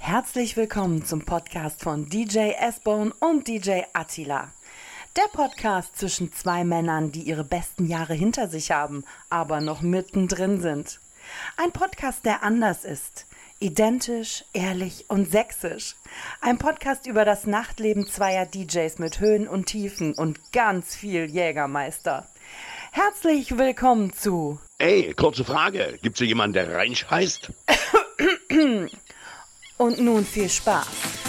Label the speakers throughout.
Speaker 1: Herzlich willkommen zum Podcast von DJ S-Bone und DJ Attila. Der Podcast zwischen zwei Männern, die ihre besten Jahre hinter sich haben, aber noch mittendrin sind. Ein Podcast, der anders ist. Identisch, ehrlich und sächsisch. Ein Podcast über das Nachtleben zweier DJs mit Höhen und Tiefen und ganz viel Jägermeister. Herzlich willkommen zu...
Speaker 2: Ey, kurze Frage. Gibt's hier jemanden, der Reinsch heißt?
Speaker 1: Und nun viel Spaß.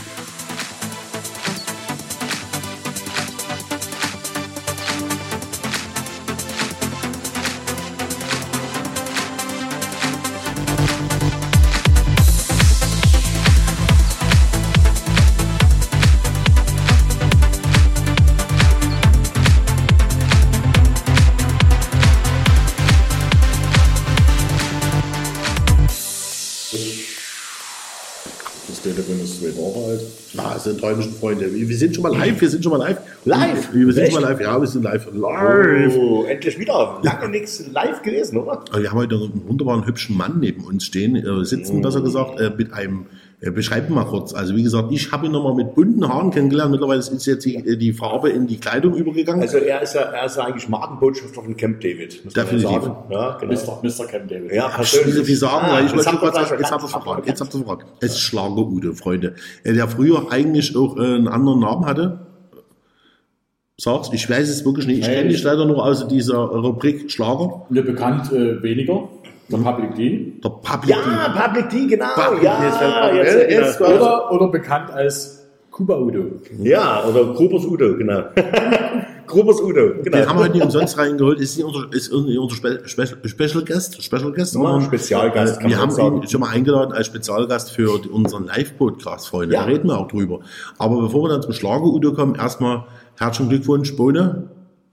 Speaker 3: Das sind träumischen Freunde. Wir sind schon mal live. Wir sind schon mal live.
Speaker 4: Live?
Speaker 3: Wir sind schon mal live. Ja, wir sind live.
Speaker 4: Oh, endlich wieder. Lange nichts live gewesen, oder?
Speaker 3: Wir haben heute einen wunderbaren, hübschen Mann neben uns stehen, sitzen, besser gesagt, mit einem, beschreiben mal kurz. Also wie gesagt, ich habe ihn nochmal mit bunten Haaren kennengelernt. Mittlerweile ist jetzt die Farbe in die Kleidung übergegangen.
Speaker 4: Also er ist eigentlich Markenbotschafter von Camp David.
Speaker 3: Definitiv.
Speaker 4: Ja, genau.
Speaker 5: Mr. Camp David.
Speaker 4: Ja, persönlich.
Speaker 3: Wie sagen, ich wollte schon kurz sagen,
Speaker 4: jetzt habt ihr
Speaker 3: es verraten. Es ist Schlager-Ude, Freunde. Der früher eigentlich auch einen anderen Namen hatte. Sag's, ich weiß es wirklich nicht. Ich kenne dich leider nur aus dieser Rubrik Schlager.
Speaker 5: Mir bekannt weniger. Der Public D.
Speaker 3: Der Public D.
Speaker 4: Ja, Public D, genau.
Speaker 3: Jetzt
Speaker 5: Oder bekannt als Kuba Udo.
Speaker 4: Ja, oder Grubers Udo, genau. Grubers Udo, genau.
Speaker 3: Den haben wir heute nicht umsonst reingeholt. Ist unser Special Guest.
Speaker 4: Spezialgast,
Speaker 3: wir haben ihn schon mal eingeladen als Spezialgast für unseren Live-Podcast, Freunde.
Speaker 4: Ja.
Speaker 3: Da reden wir auch drüber. Aber bevor wir dann zum Schlager-Udo kommen, erstmal herzlichen Glückwunsch, Bohne,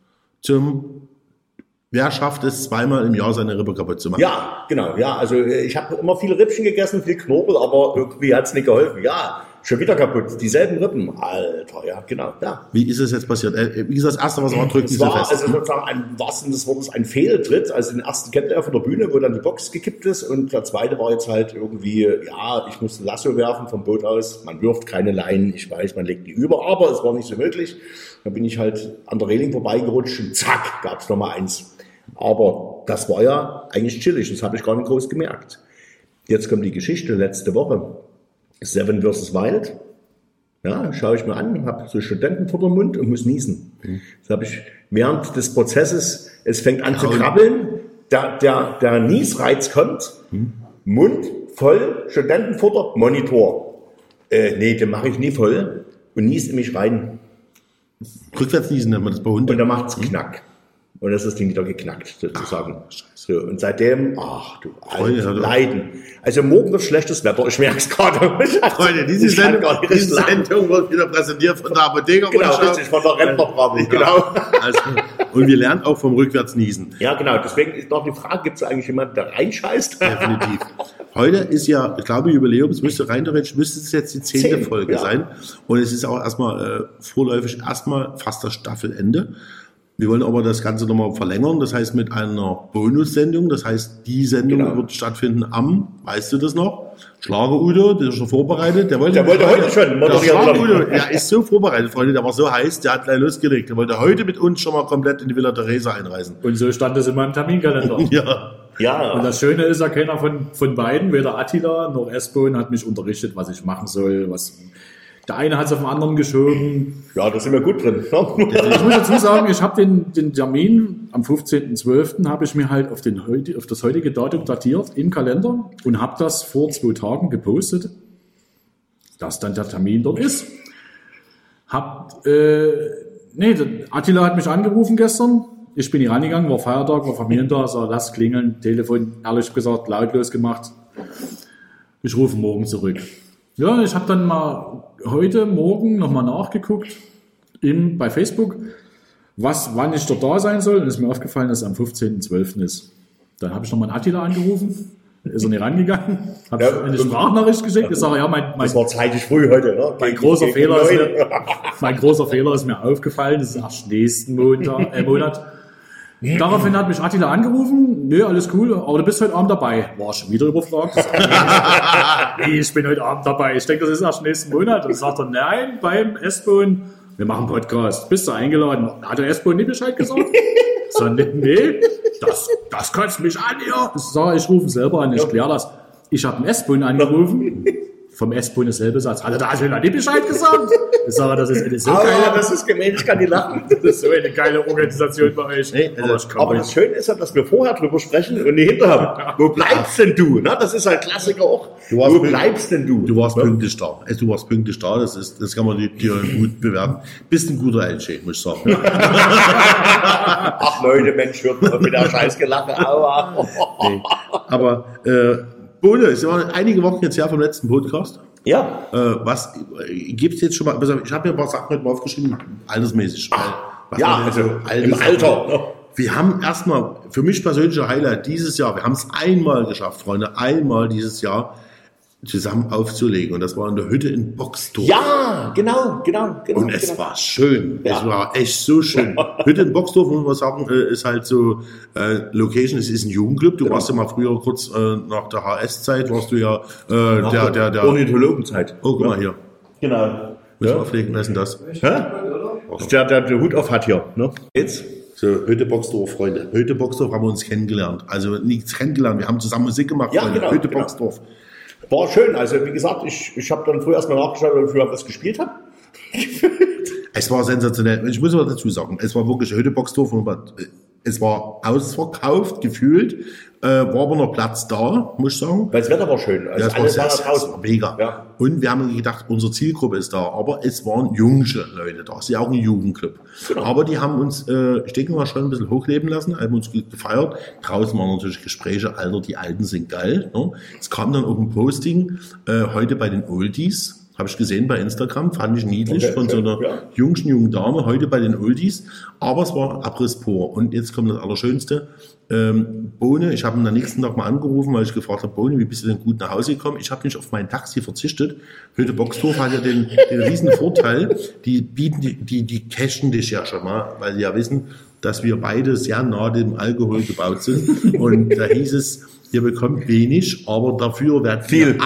Speaker 3: wer schafft es, zweimal im Jahr seine Rippe kaputt zu machen?
Speaker 4: Ja, genau. Ja, also ich habe immer viele Rippchen gegessen, viel Knorpel, aber irgendwie hat's nicht geholfen. Ja, schon wieder kaputt. Dieselben Rippen. Alter, ja, genau. Ja.
Speaker 3: Wie ist es jetzt passiert? Wie ist das Erste, was er drückt,
Speaker 4: Es war also sozusagen im wahrsten Sinne des Wortes ein Fehltritt. Also den ersten kennt er von der Bühne, wo dann die Box gekippt ist. Und der zweite war jetzt halt irgendwie, ja, ich musste ein Lasso werfen vom Boot aus. Man wirft keine Leinen, ich weiß, man legt die über, aber es war nicht so möglich. Dann bin ich halt an der Reling vorbeigerutscht und zack, gab's nochmal eins. Aber das war ja eigentlich chillig, das habe ich gar nicht groß gemerkt. Jetzt kommt die Geschichte, letzte Woche, Seven vs. Wild. Ja, schaue ich mir an, habe so Studenten vor dem Mund und muss niesen. Das habe ich während des Prozesses, es fängt an zu krabbeln, der Niesreiz kommt, Mund voll, Studentenfutter, Monitor. Nee, den mache ich nie voll und niest in mich rein.
Speaker 3: Rückwärts niesen nennt man das bei Hunden.
Speaker 4: Und dann macht's Knack. Und das ist das Ding wieder geknackt, sozusagen. So, und seitdem, Leiden. Also morgen wird schlechtes Wetter, ich merke es gerade.
Speaker 3: Freunde, diese Sendung wird wieder präsentiert von der Apotheker.
Speaker 4: Genau, richtig, von der Rentnerbravo. Ja. Genau.
Speaker 3: Also, und wir lernen auch vom Rückwärtsniesen.
Speaker 4: Ja, genau. Deswegen ist noch die Frage, gibt es eigentlich jemanden, der reinscheißt?
Speaker 3: Definitiv. Heute ist ja, ich glaube, Jubiläum, es müsste es jetzt die 10. Folge sein. Und es ist auch erstmal vorläufig fast das Staffelende. Wir wollen aber das Ganze nochmal verlängern, das heißt mit einer Bonussendung, das heißt die Sendung wird stattfinden weißt du das noch? Schlager-Udo, der ist schon vorbereitet. Der wollte
Speaker 4: heute schon.
Speaker 3: Der Schlager-Udo, der ist so vorbereitet, Freunde, der war so heiß, der hat gleich losgelegt. Der wollte heute mit uns schon mal komplett in die Villa Theresa einreisen.
Speaker 5: Und so stand es in meinem Terminkalender.
Speaker 4: Ja.
Speaker 5: Und das Schöne ist ja, keiner von beiden, weder Attila noch S-Bone, hat mich unterrichtet, was ich machen soll, der eine hat es auf den anderen geschoben.
Speaker 4: Ja, da sind wir gut drin.
Speaker 5: Ich muss dazu sagen, ich habe den Termin am 15.12. habe ich mir halt auf das heutige Datum datiert im Kalender und habe das vor 2 Tagen gepostet, dass dann der Termin dort ist. Attila hat mich angerufen gestern. Ich bin hier rangegangen, war Feiertag, war Familientag, sag, lass klingeln, Telefon, ehrlich gesagt, lautlos gemacht. Ich rufe morgen zurück. Ja, ich habe dann mal heute Morgen nochmal nachgeguckt bei Facebook, wann ich dort da sein soll. Und es ist mir aufgefallen, dass es am 15.12. ist. Dann habe ich nochmal einen Attila angerufen. Ist er nicht rangegangen. Habe ich eine Sprachnachricht geschickt. Ich sage,
Speaker 4: das war zeitig früh heute. Ne?
Speaker 5: Mein großer Fehler ist mir aufgefallen. Das ist erst nächsten Monat. Daraufhin hat mich Attila angerufen, nö, alles cool, aber du bist heute Abend dabei. War schon wieder überfragt. Nee, ich bin heute Abend dabei. Ich denke, das ist erst nächsten Monat. Und sagt er, nein, beim S-Bone, wir machen Podcast. Bist du eingeladen? Hat der S-Bone nicht Bescheid gesagt? So, nee, das kotzt mich an hier. Ich rufe selber an, ich kläre das. Ich habe einen S-Bone angerufen. Vom S-Bone dasselbe Satz. Hat er da nicht Bescheid gesagt? Ich sage, das ist eine so geile...
Speaker 4: das ist gemein, ich kann nicht lachen.
Speaker 5: Das ist so eine geile Organisation bei euch.
Speaker 3: Nee,
Speaker 4: aber das Schöne ist ja, dass wir vorher drüber sprechen und nicht hinterher. Wo bleibst denn du? Na, das ist ein Klassiker auch. Wo bleibst denn du?
Speaker 3: Du warst pünktlich da. Du warst pünktlich da, das kann man dir gut bewerten. Bist ein guter LG, muss ich sagen.
Speaker 4: Ach Leute, Mensch, hört mal wieder Scheißgelache.
Speaker 3: Nee. Aber Bone, es waren einige Wochen jetzt her vom letzten Podcast.
Speaker 4: Ja.
Speaker 3: Was gibt's jetzt schon mal? Ich habe mir ein paar Sachen heute mal aufgeschrieben, altersmäßig.
Speaker 4: Im Alter.
Speaker 3: Wir haben erstmal, für mich persönlicher Highlight dieses Jahr, wir haben es einmal geschafft, Freunde, einmal dieses Jahr zusammen aufzulegen. Und das war in der Hütte in Boxdorf.
Speaker 4: Ja, genau.
Speaker 3: Und es war schön. Ja. Es war echt so schön. Hütte in Boxdorf, muss man sagen, ist halt so Location. Es ist ein Jugendclub. Du warst ja mal früher kurz nach der HS-Zeit, warst du ja der
Speaker 4: Ornithologenzeit.
Speaker 3: Oh, guck mal hier.
Speaker 4: Genau.
Speaker 3: Müssen wir auflegen, was ist denn das?
Speaker 4: Hä? Der Hut auf hat hier. Ne? Jetzt?
Speaker 3: So, Hütte Boxdorf, Freunde. Hütte Boxdorf haben wir uns kennengelernt. Also nichts kennengelernt, wir haben zusammen Musik gemacht,
Speaker 4: ja,
Speaker 3: Freunde.
Speaker 4: Genau,
Speaker 3: Hütte Boxdorf.
Speaker 4: War schön, also wie gesagt, ich habe dann früher erstmal nachgeschaut, wie ich das gespielt habe.
Speaker 3: Es war sensationell. Ich muss aber dazu sagen, es war wirklich Hütte Boxdorf. Es war ausverkauft, gefühlt. War aber noch Platz da, muss ich sagen.
Speaker 4: Weil das Wetter war schön. Also
Speaker 3: ja, es war mega.
Speaker 4: Ja.
Speaker 3: Und wir haben gedacht, unsere Zielgruppe ist da. Aber es waren junge Leute da. Es ist ja auch ein Jugendclub. Genau. Aber die haben uns, ich denke mal, schon ein bisschen hochleben lassen, haben uns gefeiert. Draußen waren natürlich Gespräche, Alter, die Alten sind geil. Ne? Es kam dann auch ein Posting, heute bei den Oldies. Habe ich gesehen bei Instagram, fand ich niedlich, von so einer jungen Dame, heute bei den Oldies. Aber es war Abriss pur. Und jetzt kommt das Allerschönste. Bone, ich habe ihn am nächsten Tag mal angerufen, weil ich gefragt habe, Bone, wie bist du denn gut nach Hause gekommen? Ich habe nicht auf mein Taxi verzichtet. Hütte Boxdorf hat ja den riesen Vorteil, die cashen dich ja schon mal, weil sie ja wissen, dass wir beide sehr nah dem Alkohol gebaut sind. Und da hieß es, ihr bekommt wenig, aber dafür wird viel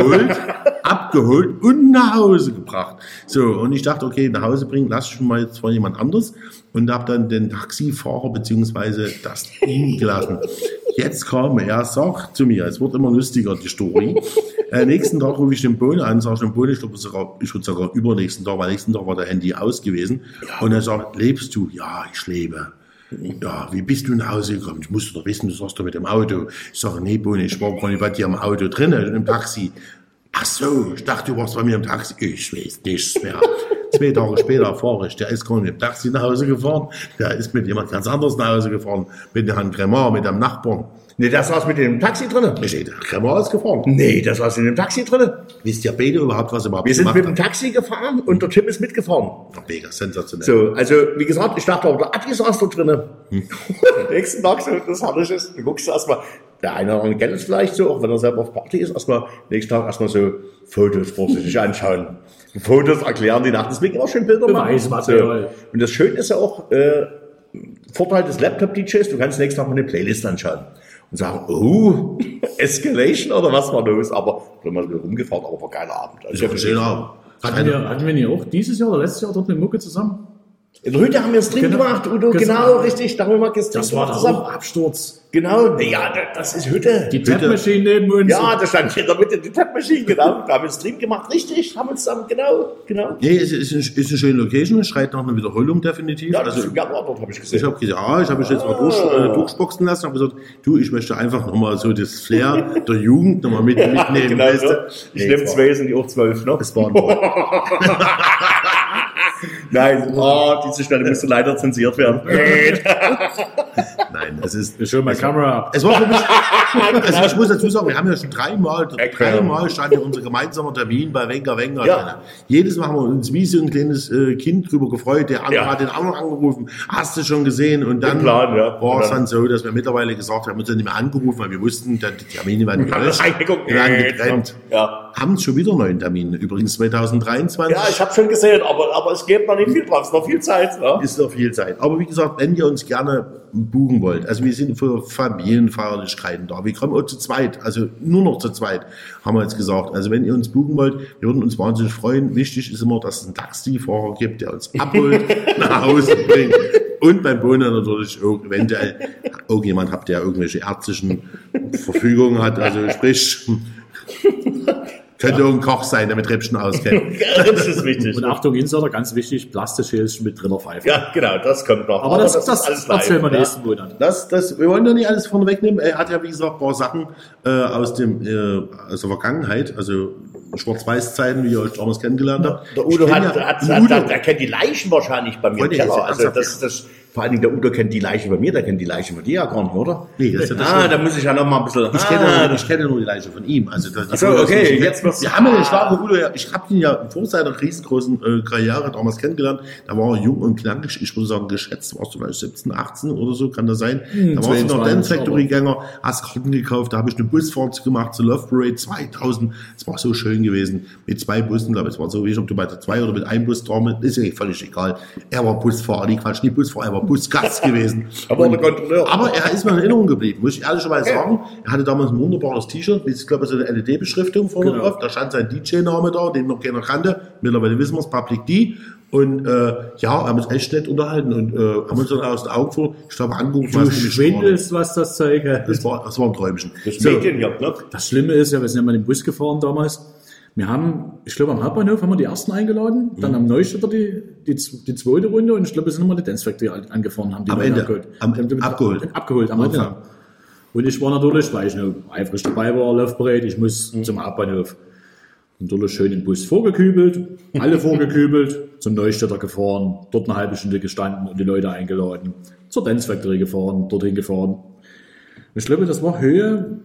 Speaker 3: abgeholt und nach Hause gebracht. So, und ich dachte, okay, nach Hause bringen, lass ich mal jetzt von jemand anderes und habe dann den Taxifahrer beziehungsweise das Team gelassen. Jetzt kam er, sagt zu mir, es wird immer lustiger, die Story. Nächsten Tag rufe ich den Bone an, sage ich dem Bone, ich würde sogar übernächsten Tag, weil nächsten Tag war der Handy aus gewesen. Ja. Und er sagt, lebst du? Ja, ich lebe. Ja, wie bist du nach Hause gekommen? Ich musste doch wissen, du sagst doch mit dem Auto. Ich sage, nee, Bone, ich war gar nicht bei dir im Auto drin, im Taxi. Ach so, ich dachte, du warst bei mir im Taxi. Ich weiß nichts mehr. 2 Tage später fahre ich, der ist gar nicht mit dem Taxi nach Hause gefahren, der ist mit jemand ganz anderes nach Hause gefahren, mit dem Herrn Cremar, mit dem Nachbarn.
Speaker 4: Nee, der saß mit dem Taxi drin.
Speaker 3: Nee, der Cremar ist gefahren.
Speaker 4: Nee, der saß in dem Taxi drin.
Speaker 3: Wisst ihr beide überhaupt, was überhaupt
Speaker 4: Wir sind mit dem Taxi gefahren und der Tim ist mitgefahren.
Speaker 3: Mega, sensationell.
Speaker 4: So, also, wie gesagt, ich dachte auch, der Adi saß da drin. Nächsten Tag so, das Herrliche ist, du guckst erstmal, der eine oder andere kennt es vielleicht so, auch wenn er selber auf Party ist, nächsten Tag erstmal so Fotos vorsichtig anschauen. Fotos erklären die Nacht, deswegen auch schön Bilder machen. So. Und das Schöne ist ja auch, Vorteil des Laptop-DJs, du kannst nächsten Tag mal eine Playlist anschauen. Und sagen, oh, Escalation oder was war los? Aber wir haben mal rumgefahren, aber war geiler Abend.
Speaker 3: Also ja, schöner Abend.
Speaker 5: Hatten wir nicht auch dieses Jahr oder letztes Jahr dort eine Mucke zusammen?
Speaker 4: In der Hütte haben wir Stream gemacht, Udo, genau, richtig. Da haben wir mal gestreamt.
Speaker 5: Das war zusammen. Absturz.
Speaker 4: Genau, ja, das ist Hütte.
Speaker 5: Die Tap-Maschine neben uns.
Speaker 4: Ja, da stand in der Mitte die Tap-Maschine, genau. Da haben wir Stream gemacht, richtig. Haben uns zusammen, genau.
Speaker 3: Nee, es ist eine schöne Location, es schreit nach einer Wiederholung definitiv.
Speaker 4: Ja, das ist ja dort, habe ich gesehen.
Speaker 3: Ich habe gesagt, ich habe mich jetzt mal durchboxen lassen, habe gesagt, du, ich möchte einfach nochmal so das Flair der Jugend nochmal mitnehmen.
Speaker 4: Genau, weißt du? Ich nehme 2, sind die auch 12, ne?
Speaker 3: Es waren
Speaker 4: Nein, diese Stelle müsste leider zensiert werden.
Speaker 3: Nein, es ist
Speaker 5: schon mal Kamera.
Speaker 3: Es war für mich, also ich muss dazu sagen, wir haben ja schon dreimal stand ja unser gemeinsamer Termin bei Wenger Wenger. Ja. Jedes Mal haben wir uns wie so ein kleines Kind drüber gefreut, der andere hat den anderen angerufen, hast du schon gesehen? Und dann war es dann so, dass wir mittlerweile gesagt haben, wir haben uns dann nicht mehr angerufen, weil wir wussten, die Termine waren gelöscht.
Speaker 4: Ja.
Speaker 3: haben schon wieder einen neuen Termin. Übrigens 2023.
Speaker 4: Ja, ich habe schon gesehen, aber es gibt noch nicht viel drauf. Es ist noch viel Zeit. Ne?
Speaker 3: Ist noch viel Zeit. Aber wie gesagt, wenn ihr uns gerne buchen wollt, also wir sind für Familienfeierlichkeiten da. Wir kommen auch zu zweit, also nur noch zu zweit, haben wir jetzt gesagt. Also wenn ihr uns buchen wollt, wir würden uns wahnsinnig freuen. Wichtig ist immer, dass es einen Taxifahrer gibt, der uns abholt, nach Hause bringt. Und beim Bohnen natürlich auch eventuell irgendjemand habt, der irgendwelche ärztlichen Verfügungen hat. Also sprich, könnte irgendein Koch sein, der mit Rippchen auskennt.
Speaker 4: Das ist wichtig.
Speaker 5: Und Achtung, Insider, ganz wichtig, Plastikschälchen mit Trillerpfeife.
Speaker 4: Ja, genau, das kommt noch.
Speaker 5: Aber das
Speaker 4: alles
Speaker 5: erzählen wir
Speaker 4: live,
Speaker 5: nächsten Monat.
Speaker 3: Wir wollen doch nicht alles vorne wegnehmen. Er hat ja, wie gesagt, ein paar Sachen aus der Vergangenheit, also Schwarz-Weiß-Zeiten, wie ihr euch damals kennengelernt habt.
Speaker 4: Der Udo der kennt die Leichen wahrscheinlich bei mir im Keller. Also vor allen Dingen der Udo kennt die Leiche bei mir, der kennt die Leiche von dir ja gar nicht, oder?
Speaker 3: Nee, das ist ja das.
Speaker 4: Da muss ich ja noch mal ein bisschen...
Speaker 3: Ich kenne nur die Leiche von ihm. Also
Speaker 4: okay, jetzt wird's...
Speaker 3: Wir haben ja den starken Udo, ich habe ihn ja vor seiner riesengroßen Karriere damals kennengelernt. Da war er jung und knackig, ich würde sagen geschätzt, warst du vielleicht 17, 18 oder so, kann das sein? Da warst du noch Dance Factory-Gänger, hast Karten gekauft, da habe ich eine Busfahrt gemacht zur Love Parade 2000. Es war so schön gewesen, mit 2 Bussen, glaube ich, es war so, wie ob du bei der 2 oder mit einem Bus dran bist, ist ja völlig egal. Er war Busfahrer, nicht Busfahrer, er war Busgast gewesen.
Speaker 4: Aber
Speaker 3: er ist mir in Erinnerung geblieben, muss ich ehrlicherweise sagen. Er hatte damals ein wunderbares T-Shirt, mit, ich glaube, so eine LED-Beschriftung vorne drauf. Da stand sein DJ-Name da, den noch keiner kannte. Mittlerweile wissen wir es, Public D. Und haben uns echt nett unterhalten und haben uns dann aus den Augen vor, ich glaube, angeguckt,
Speaker 5: Du schwindelst, was das Zeug hat.
Speaker 3: Das war ein Träumchen.
Speaker 5: Das Schlimme ist ja, wir sind ja mal im Bus gefahren damals. Wir haben, ich glaube, am Hauptbahnhof haben wir die ersten eingeladen, dann am Neustädter die zweite Runde und ich glaube, wir sind nochmal die Dance Factory angefahren, haben die
Speaker 3: am Ende
Speaker 5: abgeholt am Ende. Und ich war natürlich, weil ich noch eifrig dabei war, Love Parade, ich muss zum Hauptbahnhof. Und natürlich schön im Bus vorgekübelt, alle vorgekübelt, zum Neustädter gefahren, dort eine halbe Stunde gestanden und die Leute eingeladen, zur Dance Factory gefahren, dorthin gefahren. Und ich glaube, das war Höhe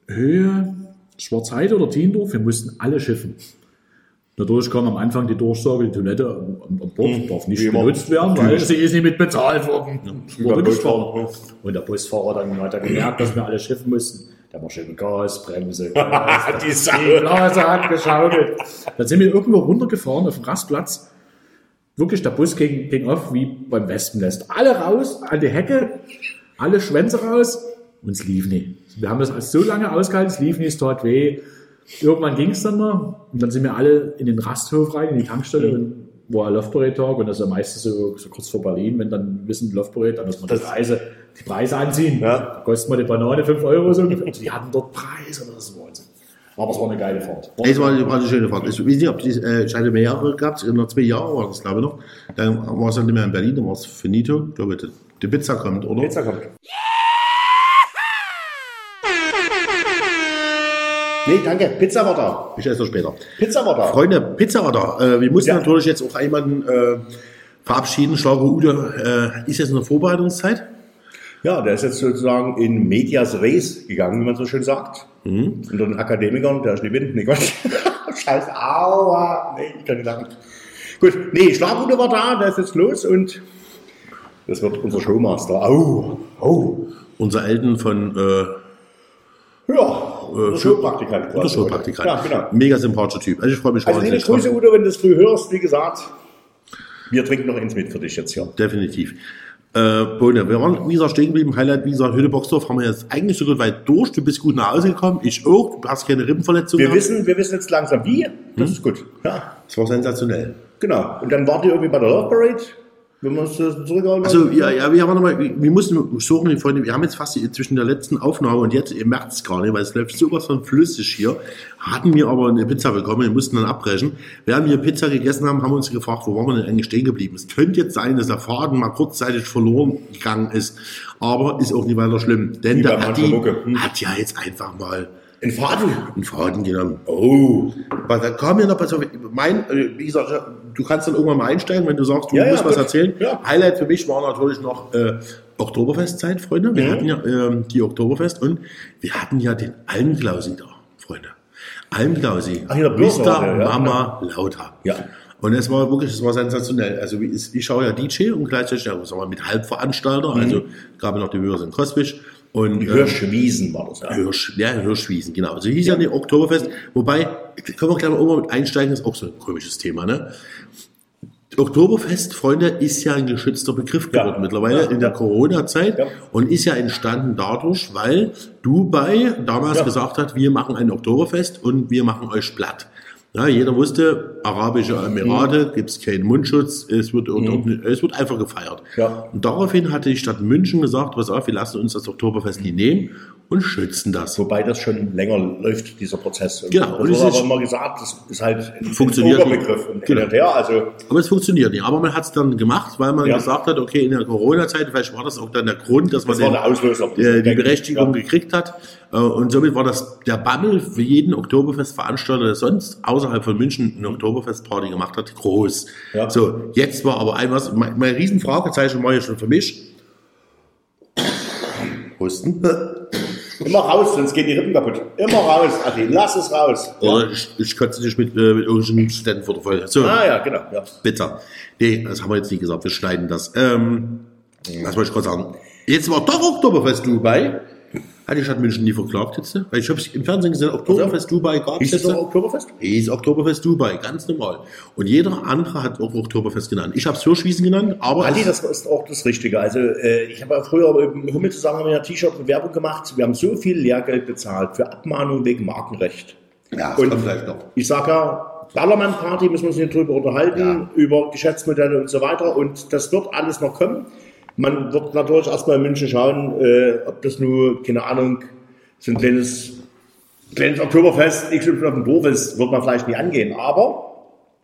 Speaker 5: Schwarzheide oder Tiendorf, wir mussten alle schiffen. Natürlich kam am Anfang die Durchsage, die Toilette am Bord darf nicht benutzt werden, weil sie ist nicht mit bezahlt worden. Wurde gesprochen. Und der Busfahrer dann hat er gemerkt, dass wir alle schiffen mussten. Da war schön Gas, Bremse, die Blase hat geschaukelt. Dann sind wir irgendwo runtergefahren auf dem Rastplatz. Wirklich, der Bus ging auf wie beim Wespennest. Alle raus, an die Hecke, alle Schwänze raus und es lief nicht. Wir haben das so lange ausgehalten, es lief nicht, es tat weh. Irgendwann ging es dann mal und dann sind wir alle in den Rasthof rein, in die Tankstelle, und war ein Love Parade Tag und das ist ja meistens so kurz vor Berlin, wenn dann wissen Love Parade, dann muss man die Preise anziehen. Ja. Da kostet man die Banane 5 € so ungefähr. Die hatten dort Preise, das ist Wahnsinn. Aber es war eine geile Fahrt.
Speaker 3: Es war eine schöne Fahrt. Ich weiß nicht, ob es hatte mehrere gehabt, noch 2 Jahre war das, glaube ich noch. Dann war es dann nicht mehr in Berlin, dann war es finito. Ich glaube, die Pizza kommt, oder?
Speaker 4: Pizza kommt. Nee, danke. Pizza war da.
Speaker 3: Ich esse noch später.
Speaker 4: Pizza war da.
Speaker 3: Freunde, Pizza war da. Wir mussten natürlich jetzt auch jemanden verabschieden. Schlager Udo ist jetzt in der Vorbereitungszeit.
Speaker 4: Ja, der ist jetzt sozusagen in medias res gegangen, wie man so schön sagt. Unter den Akademikern, der ist nicht mit. Nee, Gott. Scheiße, aua. Nee, ich kann nicht lachen. Gut, nee, Schlager Udo war da, der ist jetzt los und das wird unser Showmaster.
Speaker 3: Unser Eltern von...
Speaker 4: der Showpraktikant.
Speaker 3: Der Showpraktikant.
Speaker 4: Ja, genau.
Speaker 3: Mega sympathischer Typ. Also ich freue mich.
Speaker 4: Also liebe Grüße, Udo, wenn du das früh hörst. Wie gesagt, wir trinken noch eins mit für dich jetzt hier.
Speaker 3: Definitiv. Bohne, wir waren, wie gesagt, stehen geblieben. Highlight, wie gesagt, Hütte-Boxdorf haben wir jetzt eigentlich so gut weit durch. Du bist gut nach Hause gekommen. Ich auch. Du hast keine Rippenverletzung
Speaker 4: Wir wissen jetzt langsam wie. Das ist gut. Ja.
Speaker 3: Das war sensationell.
Speaker 4: Genau. Und dann wart ihr irgendwie bei der Love Parade. Wenn wir uns zurückhauen.
Speaker 3: Also, wir mussten suchen, Freunde, wir haben jetzt fast zwischen der letzten Aufnahme und jetzt, ihr merkt es gar nicht, weil es läuft sowas von flüssig hier, hatten wir aber eine Pizza bekommen, wir mussten dann abbrechen. Während wir Pizza gegessen haben, haben wir uns gefragt, wo waren wir denn eigentlich stehen geblieben? Es könnte jetzt sein, dass der Faden mal kurzzeitig verloren gegangen ist, aber ist auch nicht weiter schlimm, denn der Adi hat ja jetzt einfach mal einen Faden genommen. Oh. Aber da kam ja noch, wie gesagt, du kannst dann irgendwann mal einsteigen, wenn du sagst, du musst was erzählen. Ja. Highlight für mich war natürlich noch Oktoberfestzeit, Freunde. Wir hatten ja die Oktoberfest und wir hatten ja den Almklausi da, Freunde. Almklausi. Mr. Mama Lauter. Ja. Und es war sensationell. Also ich schaue ja DJ und gleichzeitig mit Halbveranstalter. Also gab noch die Hörer in Koswig. Und,
Speaker 4: Hirschwiesen war das, ja.
Speaker 3: Hirschwiesen, genau. Also hieß ja nicht Oktoberfest, wobei, können wir gleich mal oben mit einsteigen, ist auch so ein komisches Thema, ne? Oktoberfest, Freunde, ist ja ein geschützter Begriff geworden mittlerweile in der Corona-Zeit und ist ja entstanden dadurch, weil Dubai damals gesagt hat, wir machen ein Oktoberfest und wir machen euch platt. Ja, jeder wusste, Arabische Emirate, gibt's keinen Mundschutz, es wird einfach gefeiert. Ja. Und daraufhin hatte die Stadt München gesagt, pass auf, wir lassen uns das Oktoberfest nicht nehmen und schützen das.
Speaker 4: Wobei das schon länger läuft, dieser Prozess.
Speaker 3: Genau.
Speaker 4: Und das wurde aber immer gesagt, das ist halt ein
Speaker 3: Oberbegriff.
Speaker 4: Also
Speaker 3: aber es funktioniert nicht. Aber man hat es dann gemacht, weil man gesagt hat, okay, in der Corona-Zeit, vielleicht war das auch dann der Grund, dass man die Berechtigung gekriegt hat. Und somit war das der Bammel für jeden Oktoberfestveranstalter, der sonst außerhalb von München eine Oktoberfestparty gemacht hat, groß. Ja. So, jetzt war aber mein Riesenfragezeichen war ja schon für mich. Husten.
Speaker 4: Immer raus, sonst gehen die Rippen kaputt. Immer raus, Adi, lass es raus.
Speaker 3: Oder ich kotze dich mit irgendeinem Ständen vor der Folge. So.
Speaker 4: Ja, genau. Ja.
Speaker 3: Bitte. Nee, das haben wir jetzt nicht gesagt, wir schneiden das. Was wollte ich gerade sagen? Jetzt war doch Oktoberfest Dubai. Hat die Stadt München nie verklagt jetzt? Weil ich habe es im Fernsehen gesehen, Oktoberfest Dubai gab es jetzt.
Speaker 4: Ist das Oktoberfest?
Speaker 3: Ist Oktoberfest Dubai, ganz normal. Und jeder andere hat auch Oktoberfest genannt. Ich habe es Hirschwiesen genannt, aber...
Speaker 4: Adi, das ist auch das Richtige. Also ich habe ja früher mit Hummel zusammen ein T-Shirt und Werbung gemacht. Wir haben so viel Lehrgeld bezahlt für Abmahnung wegen Markenrecht.
Speaker 3: Ja, das kommt vielleicht noch.
Speaker 4: Ich sage ja, Ballermann-Party müssen wir uns nicht drüber unterhalten, über Geschäftsmodelle und so weiter. Und das wird alles noch kommen. Man wird natürlich erstmal in München schauen, ob das nur, keine Ahnung, so ein kleines Oktoberfest XY auf dem Dorf ist, wird man vielleicht nie angehen. Aber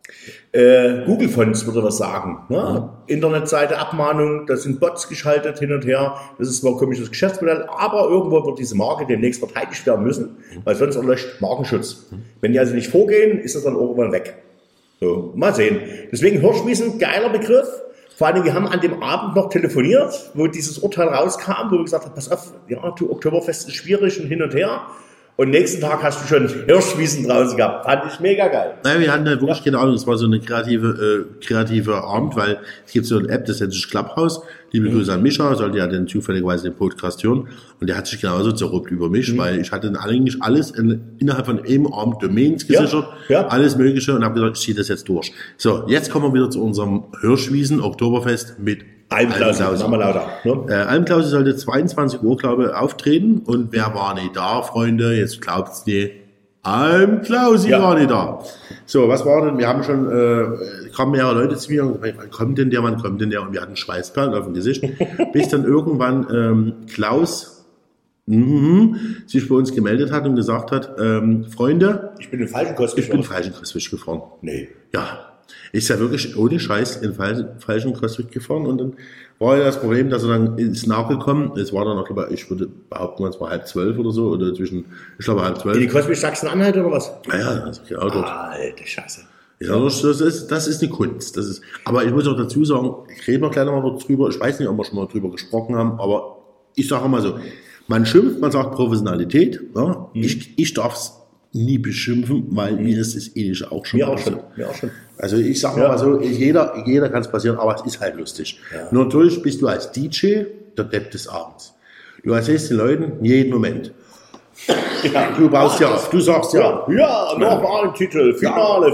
Speaker 4: Google Fonts würde was sagen. Ne? Internetseite, Abmahnung, da sind Bots geschaltet hin und her. Das ist zwar ein komisches Geschäftsmodell, aber irgendwo wird diese Marke demnächst verteidigt werden müssen, weil sonst erlöscht Markenschutz. Wenn die also nicht vorgehen, ist das dann irgendwann weg. So, mal sehen. Deswegen Hirschwiesen, geiler Begriff. Vor allem, wir haben an dem Abend noch telefoniert, wo dieses Urteil rauskam, wo wir gesagt haben, pass auf, ja, du, Oktoberfest ist schwierig und hin und her. Und nächsten Tag hast du schon Hirschwiesen draußen gehabt. Fand ich mega geil.
Speaker 3: Naja, wir hatten ja wirklich keine Ahnung, das war so eine kreative Abend, weil es gibt so eine App, das nennt sich Clubhouse. Liebe Grüße an Mischa, sollte ja dann zufälligerweise den Podcast hören. Und der hat sich genauso zerruppt über mich, weil ich hatte eigentlich alles innerhalb von einem Abend Domains gesichert, alles Mögliche und habe gesagt, ich ziehe das jetzt durch. So, jetzt kommen wir wieder zu unserem Hirschwiesen Oktoberfest mit Almklausi. Almklausi sollte 22 Uhr, glaube ich, auftreten. Und wer war nicht da, Freunde? Jetzt glaubt's nicht. Almklausi war nicht da. So, was war denn? Wir haben schon, kamen mehrere Leute zu mir und gesagt, wann kommt denn der? Und wir hatten Schweißperlen auf dem Gesicht. Bis dann irgendwann Klaus sich bei uns gemeldet hat und gesagt hat, Freunde,
Speaker 4: ich bin in den falschen
Speaker 3: Kostwig gefahren. Nee. Ja. Ist ja wirklich ohne Scheiß in falschen Kostwig gefahren und dann war ja das Problem, dass er dann ins nachgekommen, es war dann noch, ich würde behaupten, es war 11:30 oder so, oder zwischen, ich glaube 11:30.
Speaker 4: In die Kostwig Sachsen-Anhalt oder was?
Speaker 3: Naja, also genau dort.
Speaker 4: Alter Scheiße.
Speaker 3: Ja, das ist eine Kunst. Aber ich muss auch dazu sagen, ich rede noch gleich noch mal drüber, ich weiß nicht, ob wir schon mal drüber gesprochen haben, aber ich sage mal so, man schimpft, man sagt Professionalität, ja? Ich darf es nie beschimpfen, weil mir ist es ähnlich auch schon passiert. Mir auch schon. Also ich sag mal so, jeder kann es passieren, aber es ist halt lustig. Ja. Nur natürlich bist du als DJ der Depp des Abends. Du erzählst den Leuten jeden Moment. Ja, du baust du sagst
Speaker 4: nochmal ein Titel, Finale.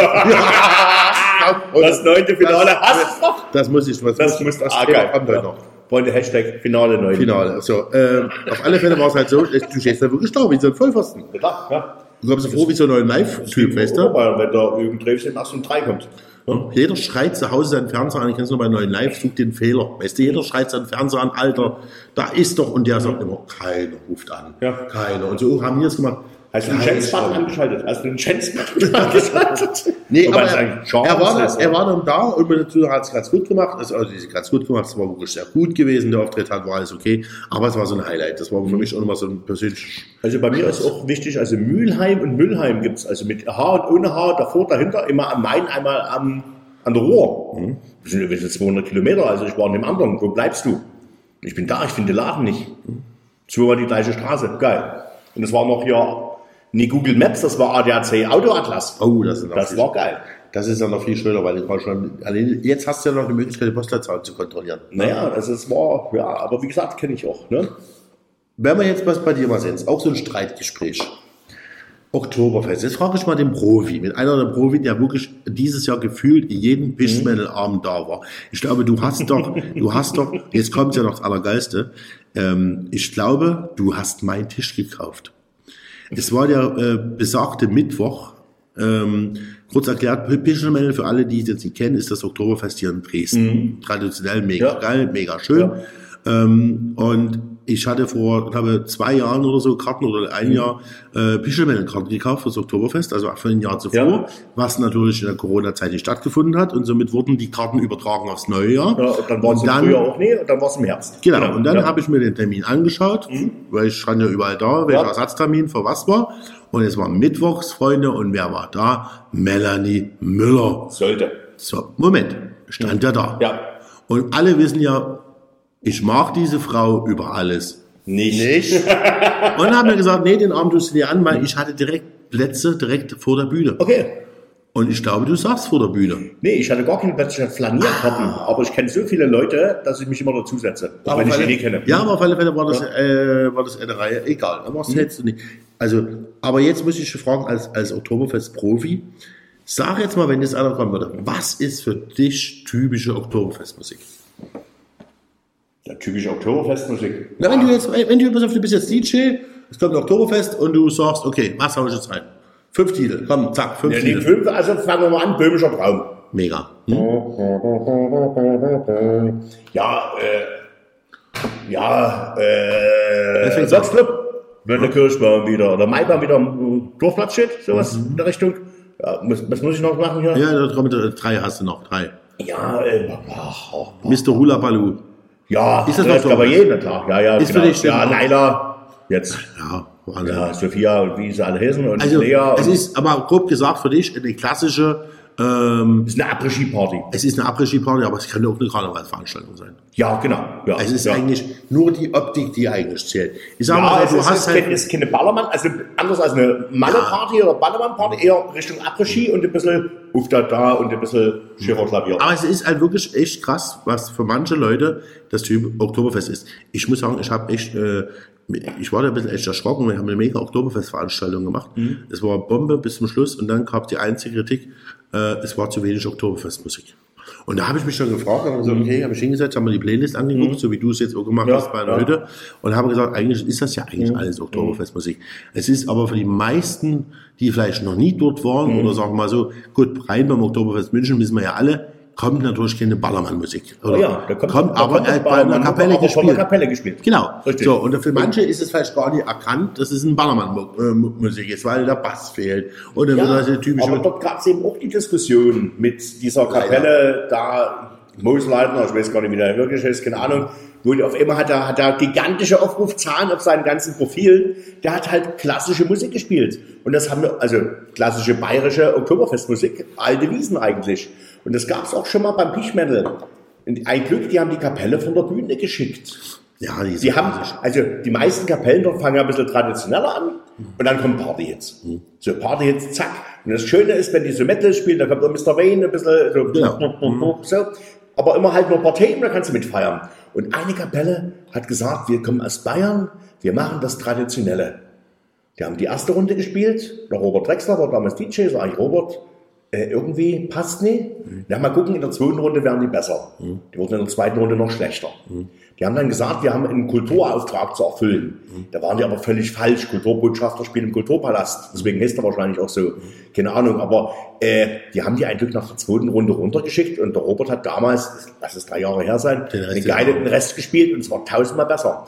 Speaker 4: Das 9. Finale hast du noch.
Speaker 3: Das muss ich, das kommt heute noch.
Speaker 4: Freunde, Hashtag Finale 9.
Speaker 3: Finale. So, auf alle Fälle war es halt so, du stehst da wirklich da, wie so ein Vollpfosten. Ja. Du kommst so vor wie so ein neuer Live-Typ, weißt du?
Speaker 4: Wenn da irgendein Drehchen nach so einem 3 kommt.
Speaker 3: Ja. Jeder schreit zu Hause seinen Fernseher an, ich kenn's nur bei neuen Live, sucht den Fehler. Weißt du, jeder schreit seinen Fernseher an, Alter, da ist doch, und der sagt immer, keiner ruft an. Ja. Keiner. Und so haben wir es gemacht.
Speaker 4: Hast du den Chance-Button angeschaltet?
Speaker 3: Nee, aber er war dann da und dazu hat es ganz gut gemacht. Also ganz gut gemacht, es war wirklich sehr gut gewesen. Der Auftritt war alles okay. Aber es war so ein Highlight. Das war für mich auch nochmal so ein persönlich.
Speaker 4: Also bei mir ist auch wichtig, also Mülheim und Müllheim gibt's. Also mit H und ohne H, davor, dahinter, immer am Main, einmal an der Ruhr. Wir sind übrigens 200 Kilometer, also ich war in dem anderen. Wo bleibst du? Ich bin da, ich finde den Laden nicht. Zweimal die gleiche Straße, geil. Und es war noch hier. Nee, Google Maps, das war ADAC Autoatlas.
Speaker 3: Oh, das
Speaker 4: war geil.
Speaker 3: Das ist dann noch viel schöner, weil du schon, jetzt hast du ja noch die Möglichkeit, die Postleitzahl zu kontrollieren.
Speaker 4: Naja, also es war, ja, aber wie gesagt, kenne ich auch, ne?
Speaker 3: wenn wir jetzt was bei dir mal sehen, auch so ein Streitgespräch. Oktoberfest. Jetzt frage ich mal den Profi, mit einer der Profi, der wirklich dieses Jahr gefühlt jeden Bischmännelabend da war. Ich glaube, du hast doch, jetzt kommt ja noch das Allergeilste, ich glaube, du hast meinen Tisch gekauft. Es war der besagte Mittwoch, kurz erklärt, Bischmännel, für alle, die es jetzt nicht kennen, ist das Oktoberfest hier in Dresden. Traditionell mega geil, mega schön. Ja. Und ich hatte vor, glaube 2 Jahren oder so Karten oder ein Jahr Bischmännelkarten gekauft für das Oktoberfest, also auch für ein Jahr zuvor, was natürlich in der Corona-Zeit nicht stattgefunden hat und somit wurden die Karten übertragen aufs neue Jahr.
Speaker 4: Ja, und dann war es im Frühjahr auch nie und dann war es im Herbst.
Speaker 3: Genau, und dann habe ich mir den Termin angeschaut, weil ich stand ja überall da, welcher Ersatztermin für was war. Und es war mittwochs, Freunde, und wer war da? Melanie Müller.
Speaker 4: Sollte.
Speaker 3: So, Moment, stand ja da.
Speaker 4: Ja.
Speaker 3: Und alle wissen ja, ich mag diese Frau über alles.
Speaker 4: Nicht.
Speaker 3: Und haben mir gesagt, nee, den Abend tust du dir an, weil ich hatte Plätze direkt vor der Bühne.
Speaker 4: Okay.
Speaker 3: Und ich glaube, du saßt vor der Bühne.
Speaker 4: Nee, ich hatte gar keine Plätze, ich hatte Flanierkarten. Aber ich kenne so viele Leute, dass ich mich immer dazu setze. Auch wenn ich die nicht kenne.
Speaker 3: Ja, aber auf alle Fälle war das eine Reihe. Egal, aber das hättest du nicht. Also, aber jetzt muss ich dich fragen, als Oktoberfest-Profi, sag jetzt mal, wenn das einer kommen würde, was ist für dich typische Oktoberfestmusik?
Speaker 4: Ja, typische Oktoberfestmusik.
Speaker 3: Na, wenn du bist jetzt DJ, es kommt ein Oktoberfest und du sagst, okay, was hau ich jetzt rein? 5 Titel, komm, zack, 5 Titel.
Speaker 4: Die 5, also fangen wir mal an, Böhmischer Traum.
Speaker 3: Mega.
Speaker 4: Ersatzclub, wenn der Kirschbaum wieder, oder Maibaum wieder am Dorfplatz steht, sowas in der Richtung. Ja, was muss ich noch machen hier?
Speaker 3: Ja, da kommen 3 hast du noch, 3.
Speaker 4: Ja,
Speaker 3: Mr. Hula Baloo.
Speaker 4: Ja,
Speaker 3: ist das noch so?
Speaker 4: Aber jeden Tag. Ja,
Speaker 3: ist
Speaker 4: genau.
Speaker 3: Für dich
Speaker 4: ja, Leila, jetzt.
Speaker 3: Ja, Wahnsinn.
Speaker 4: Ja, Sophia und wie sie alle heißen und
Speaker 3: also,
Speaker 4: Lea.
Speaker 3: Es ist aber grob gesagt für dich eine klassische.
Speaker 4: Ist eine Après-Ski-Party.
Speaker 3: Es ist eine Après-Ski-Party, aber es kann auch eine Karnevalsveranstaltung sein.
Speaker 4: Ja, genau. Ja,
Speaker 3: es ist eigentlich nur die Optik, die eigentlich zählt. Ich sag
Speaker 4: ja,
Speaker 3: mal,
Speaker 4: es ist keine Ballermann, also anders als eine Malle-Party oder Ballermann-Party, eher Richtung Après-Ski und ein bisschen da und ein bisschen Schifferklavier.
Speaker 3: Aber es ist halt wirklich echt krass, was für manche Leute das Typ Oktoberfest ist. Ich muss sagen, ich war da ein bisschen echt erschrocken. Wir haben eine mega Oktoberfest-Veranstaltung gemacht. Es war Bombe bis zum Schluss und dann kam die einzige Kritik, es war zu wenig Oktoberfestmusik. Und da habe ich mich schon gefragt, habe gesagt, okay, habe ich hingesetzt, habe mir die Playlist angeguckt, so wie du es jetzt auch gemacht hast bei einer Hütte, und habe gesagt, eigentlich ist das ja eigentlich alles Oktoberfestmusik. Es ist aber für die meisten, die vielleicht noch nie dort waren, oder sagen wir mal so, gut, rein beim Oktoberfest München wissen wir ja alle, kommt natürlich keine Ballermann-Musik.
Speaker 4: Ja, da kommt
Speaker 3: aber bei einer Kapelle gespielt. Genau.
Speaker 4: Richtig.
Speaker 3: So, und für manche ist es vielleicht gar nicht erkannt, dass es ein Ballermann-Musik ist, weil der Bass fehlt. Und dann wird das eine typische.
Speaker 4: Aber dort gab es eben auch die Diskussion mit dieser Kapelle, da Moosleitner, ich weiß gar nicht, wie der wirklich ist, keine Ahnung, wo auf einmal hat er gigantische Aufrufzahlen auf seinen ganzen Profilen, der hat halt klassische Musik gespielt. Und das haben wir, also klassische bayerische Oktoberfestmusik, alte Wiesen eigentlich. Und das gab es auch schon mal beim Pichmännel. Ein Glück, die haben die Kapelle von der Bühne geschickt.
Speaker 3: Ja,
Speaker 4: die haben, also die meisten Kapellen dort fangen ein bisschen traditioneller an und dann kommt Partyhits. So Partyhits, zack. Und das Schöne ist, wenn die so Metal spielen, da kommt auch Mr. Wayne ein bisschen so, aber immer halt nur Partien, da kannst du mitfeiern. Und eine Kapelle hat gesagt, wir kommen aus Bayern, wir machen das Traditionelle. Die haben die erste Runde gespielt, der Robert Drexler war damals DJ, sag ich, Robert, irgendwie passt nicht. Na, mal gucken, in der 2. Runde werden die besser. Die wurden in der 2. Runde noch schlechter. Die haben dann gesagt, wir haben einen Kulturauftrag zu erfüllen. Da waren die aber völlig falsch. Kulturbotschafter spielen im Kulturpalast. Deswegen heißt er wahrscheinlich auch so. Keine Ahnung, aber die haben die eigentlich nach der 2. Runde runtergeschickt und der Robert hat damals, lass es 3 Jahre her sein, den Rest gespielt und es war 1000-mal besser.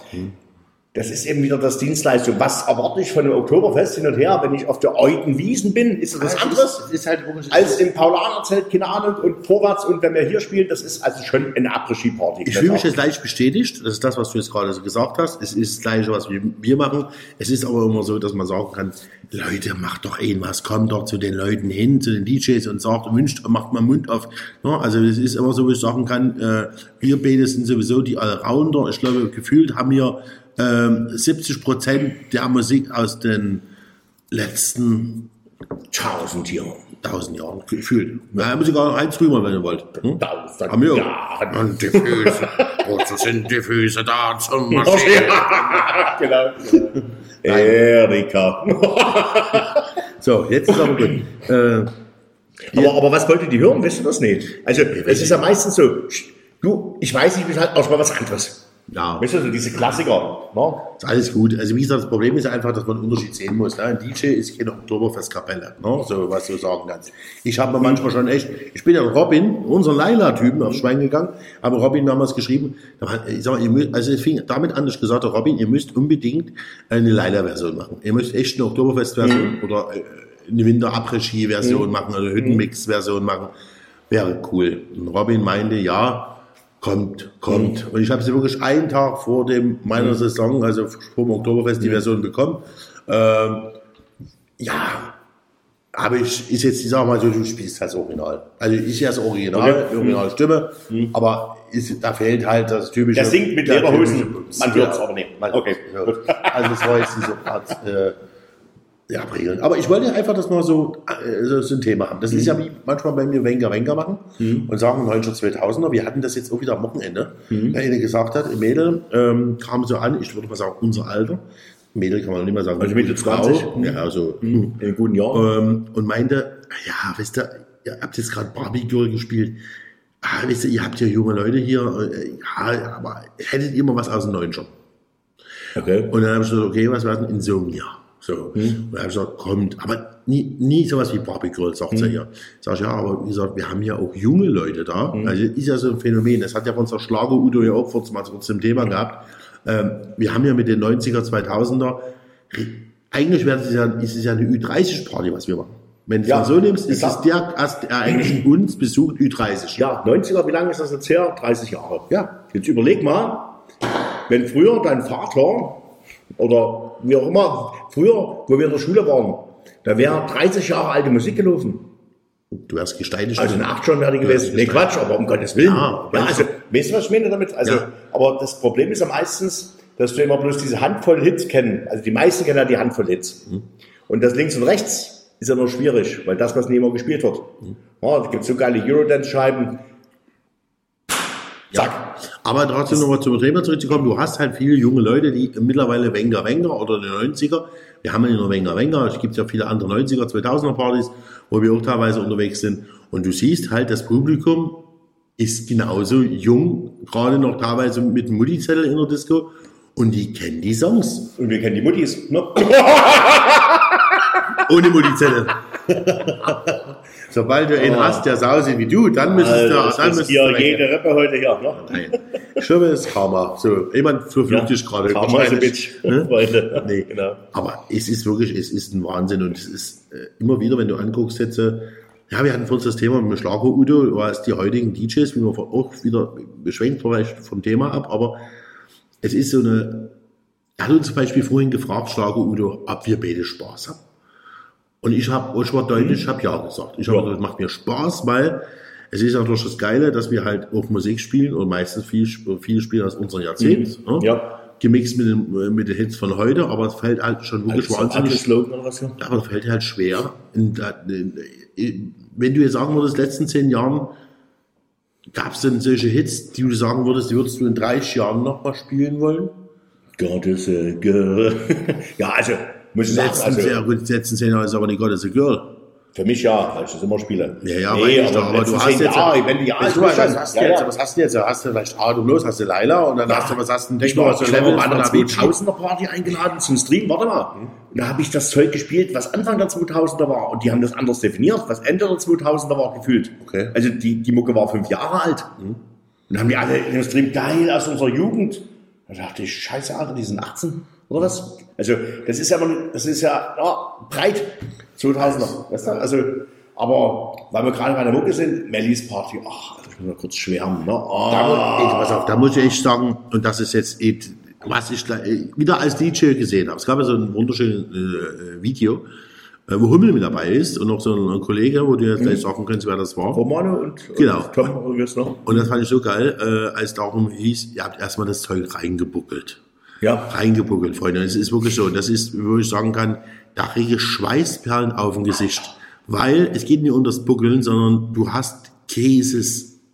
Speaker 4: Das ist eben wieder das Dienstleistung. Was erwarte ich von einem Oktoberfest hin und her, wenn ich auf der Euten Wiesen bin? Ist das was anderes?
Speaker 3: Ist halt
Speaker 4: als im Paulanerzelt, keine Ahnung, und vorwärts. Und wenn wir hier spielen, das ist also schon eine Après-Ski-Party.
Speaker 3: Ich fühle mich jetzt gleich bestätigt. Das ist das, was du jetzt gerade so gesagt hast. Es ist das Gleiche, was wir machen. Es ist aber immer so, dass man sagen kann, Leute, macht doch irgendwas. Kommt doch zu den Leuten hin, zu den DJs und sagt, wünscht, macht mal Mund auf. Also es ist immer so, wie ich sagen kann, wir beide sind sowieso die Allrounder. Ich glaube, gefühlt haben wir 70% der Musik aus den letzten
Speaker 4: 1000 Jahren.
Speaker 3: 1000 Jahren, gefühlt. Da haben wir sogar noch eins drüber, wenn ihr wollt.
Speaker 4: Haben wir? Ja.
Speaker 3: Und gefühlt. Wozu sind die Füße da zum Marschieren?
Speaker 4: Genau. Erika.
Speaker 3: So, jetzt ist aber gut.
Speaker 4: Aber was wolltet ihr hören? Wisst ihr das nicht? Also, es ist ja meistens so, ich weiß nicht, wie halt auch mal was anderes.
Speaker 3: Ja.
Speaker 4: Weißt du, so diese Klassiker. Ne?
Speaker 3: Ist alles gut. Also wie gesagt, das Problem ist einfach, dass man einen Unterschied sehen muss. Ne? Ein DJ ist keine Oktoberfestkapelle, ne? So was du sagen kannst. Ich habe mir manchmal schon echt, ich bin ja Robin, unseren Leila-Typen, aufs Schwein gegangen, aber Robin damals geschrieben, ich sag mal, also es fing damit an, dass ich gesagt habe, Robin, ihr müsst unbedingt eine Leila-Version machen. Ihr müsst echt eine Oktoberfest-Version oder eine Winter-Après-Ski-Version machen oder eine Hüttenmix-Version machen. Wäre cool. Und Robin meinte, ja, kommt. Und ich habe sie wirklich einen Tag vor meiner Saison, also vor dem Oktoberfest, die Version bekommen. Aber ist jetzt, ich sag mal so, du spielst das Original. Also ist ja das Original, Original Stimme, aber da fehlt halt das typische.
Speaker 4: Der singt mit Lederhosen, man hört es aber nicht. Okay.
Speaker 3: Also das war jetzt diese Art, Regeln. Aber ich wollte einfach, dass wir so ein Thema haben. Das ist ja wie manchmal bei mir Wenger machen und sagen 1900er. Wir hatten das jetzt auch wieder am Wochenende. Der eine gesagt hat, ein Mädel kam so an, ich würde mal sagen, unser Alter. Mädel kann man noch nicht mal sagen.
Speaker 4: Also Mitte 20.
Speaker 3: Ja, also
Speaker 4: in einem guten Jahr.
Speaker 3: Und meinte, ja, wisst ihr, ihr habt jetzt gerade Barbie Girl gespielt. Wisst ihr, ihr habt ja junge Leute hier. Ja, aber hättet ihr mal was aus den 90ern? Okay. Und dann habe ich gesagt, okay, was war denn Insomnia? So. Und dann habe ich gesagt, kommt, aber nie sowas wie Barbie Girl, sagt sie ja. Sag ich, ja, aber wie gesagt, wir haben ja auch junge Leute da. Also ist ja so ein Phänomen. Das hat ja von unser Schlager Udo ja auch kurz zum Thema gehabt. Wir haben ja mit den 90er, 2000er, eigentlich ist es ja eine Ü30-Party, was wir machen. Wenn du es mal so nimmst, ist es der eigentlich uns besucht Ü30.
Speaker 4: Ja, 90er, wie lange ist das jetzt her? 30 Jahre. Ja, jetzt überleg mal, wenn früher dein Vater oder wie auch immer, früher, wo wir in der Schule waren, da wäre 30 Jahre alte Musik gelaufen.
Speaker 3: Du wärst gesteinigt.
Speaker 4: Also eine 8 schon wäre die gewesen. Nee, Quatsch, aber um Gottes Willen. Ja, also, weißt du, was ich meine damit? Also, aber das Problem ist ja meistens, dass du immer bloß diese Handvoll Hits kennen. Also die meisten kennen ja die Handvoll Hits. Und das links und rechts ist ja nur schwierig, weil das, was nie immer gespielt wird. Ja, es gibt so geile Eurodance-Scheiben.
Speaker 3: Zack. Ja. Aber trotzdem nochmal zum Thema zurückzukommen, du hast halt viele junge Leute, die mittlerweile Wenger oder die 90er, wir haben ja nicht nur Wenger, es gibt ja viele andere 90er, 2000er Partys, wo wir auch teilweise unterwegs sind und du siehst halt, das Publikum ist genauso jung, gerade noch teilweise mit einem Mutti-Zettel in der Disco und die kennen die Songs.
Speaker 4: Und wir kennen die Muttis, ne?
Speaker 3: Ohne Mutti-Zettel. Sobald du einen hast, der so aussieht wie du, dann müsstest du...
Speaker 4: hier jede Rippe heute hier, ne?
Speaker 3: Nein. Schirme ist Karma. So, jemand verflucht dich gerade.
Speaker 4: Karma ist ein Bitch.
Speaker 3: Ne? Nee. Genau. Aber es ist wirklich, es ist ein Wahnsinn und es ist immer wieder, wenn du anguckst jetzt, ja, wir hatten vor uns das Thema mit dem Schlager Udo, was die heutigen DJs, wie man auch wieder beschränkt vielleicht vom Thema ab, aber es ist so eine, er hat uns zum Beispiel vorhin gefragt, Schlager Udo, ob wir beide Spaß haben. Und ich war deutlich, ich habe ja gesagt. Ich habe gesagt, das macht mir Spaß, weil es ist natürlich das Geile, dass wir halt auch Musik spielen und meistens viel spielen aus unserem Jahrzehnt. Ne? Ja. Gemixt mit den Hits von heute, aber es fällt halt schon wirklich wahnsinnig.
Speaker 4: Slogan oder was? Ja,
Speaker 3: aber es fällt halt schwer. Wenn du jetzt sagen würdest, in den letzten 10 Jahren gab es denn solche Hits, die du sagen würdest, die würdest du in 30 Jahren nochmal spielen wollen?
Speaker 4: God is a girl. Ja, also muss ich sagen,
Speaker 3: die letzten 10 Jahre ist aber nicht God is a Girl.
Speaker 4: Für mich ja, weil ich das immer spiele.
Speaker 3: Ja, nee, aber du hast jetzt... Was hast du jetzt? Hast du vielleicht Atemlos, hast du Laila und dann hast du, was hast du denn?
Speaker 4: Ich war bei einer 2000er Party eingeladen zum Stream, warte mal. Und da habe ich das Zeug gespielt, was Anfang der 2000er war. Und die haben das anders definiert, was Ende der 2000er war, gefühlt.
Speaker 3: Okay.
Speaker 4: Also die Mucke war 5 Jahre alt. Und dann haben die alle in dem Stream geil aus unserer Jugend. Da dachte ich, scheiße, Alter, die sind 18 oder was? Also das ist ja breit, 2000er, weißt du? Also, aber weil wir gerade bei der Mucke sind, Mellies Party, Alter, ich muss mal kurz schwärmen, ne?
Speaker 3: Pass auf, da muss ich echt sagen, und das ist jetzt, was ich wieder als DJ gesehen habe. Es gab ja so ein wunderschönes Video, wo Hummel mit dabei ist und noch so ein Kollege, wo du jetzt gleich sagen kannst, wer das war.
Speaker 4: Romano und
Speaker 3: genau.
Speaker 4: Tom oder wie es noch.
Speaker 3: Und das fand ich so geil, als darum hieß, ihr habt erstmal das Zeug reingebuckelt.
Speaker 4: Ja.
Speaker 3: Reingebuckelt, Freunde. Es ist wirklich so. Das ist, wo ich sagen kann, da kriege ich Schweißperlen auf dem Gesicht. Weil es geht nicht um das Buckeln, sondern du hast Käses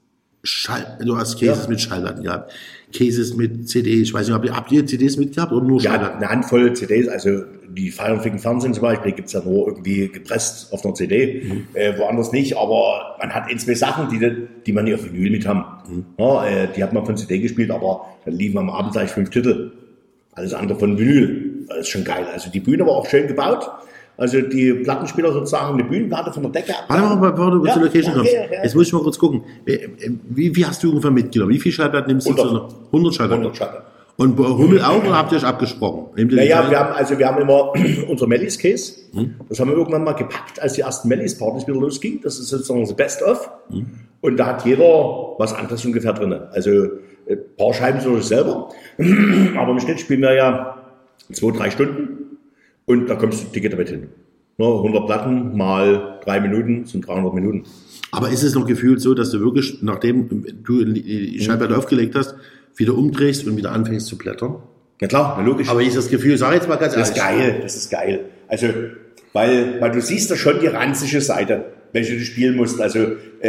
Speaker 3: Du hast Cases mit Schallplatten gehabt, Cases mit CDs. Ich weiß nicht, habt ihr CDs mitgehabt oder nur Schallplatten?
Speaker 4: Ja, eine Handvoll CDs, also die Feiern ficken Fernsehen zum Beispiel, gibt es ja nur irgendwie gepresst auf einer CD, woanders nicht, aber man hat ein, zwei Sachen, die man nicht auf Vinyl mit haben. Ja, die hat man von CD gespielt, aber dann liefen am Abend gleich 5 Titel. Alles andere von Vinyl. Das ist schon geil. Also die Bühne war auch schön gebaut. Also die Plattenspieler sozusagen eine Bühnenplatte von der Decke ab.
Speaker 3: Warte mal, bevor du zur Location kommst. Jetzt muss ich mal kurz gucken. Wie hast du ungefähr mitgenommen? Wie viele Schallplatten nimmst du? 100 Schallplatten. 100 Schallplatten. Und Hummel auch, oder habt ihr euch abgesprochen?
Speaker 4: Naja, wir haben immer unser Mellies-Case. Das haben wir irgendwann mal gepackt, als die ersten Mellies-Partys wieder losging. Das ist sozusagen das Best-of. Und da hat jeder was anderes ungefähr drin. Also ein paar Scheiben natürlich selber. Aber im Schnitt spielen wir ja 2-3 Stunden. Und da kommst du Ticket damit hin. 100 Platten mal 3 Minuten sind 300 Minuten.
Speaker 3: Aber ist es noch gefühlt so, dass du wirklich, nachdem du die Schallplatte aufgelegt hast, wieder umdrehst und wieder anfängst zu blättern?
Speaker 4: Ja klar, logisch.
Speaker 3: Aber ist das Gefühl, sag jetzt mal ganz ehrlich.
Speaker 4: Das ist geil. Also, weil du siehst da schon die ranzige Seite, welche du spielen musst. Also,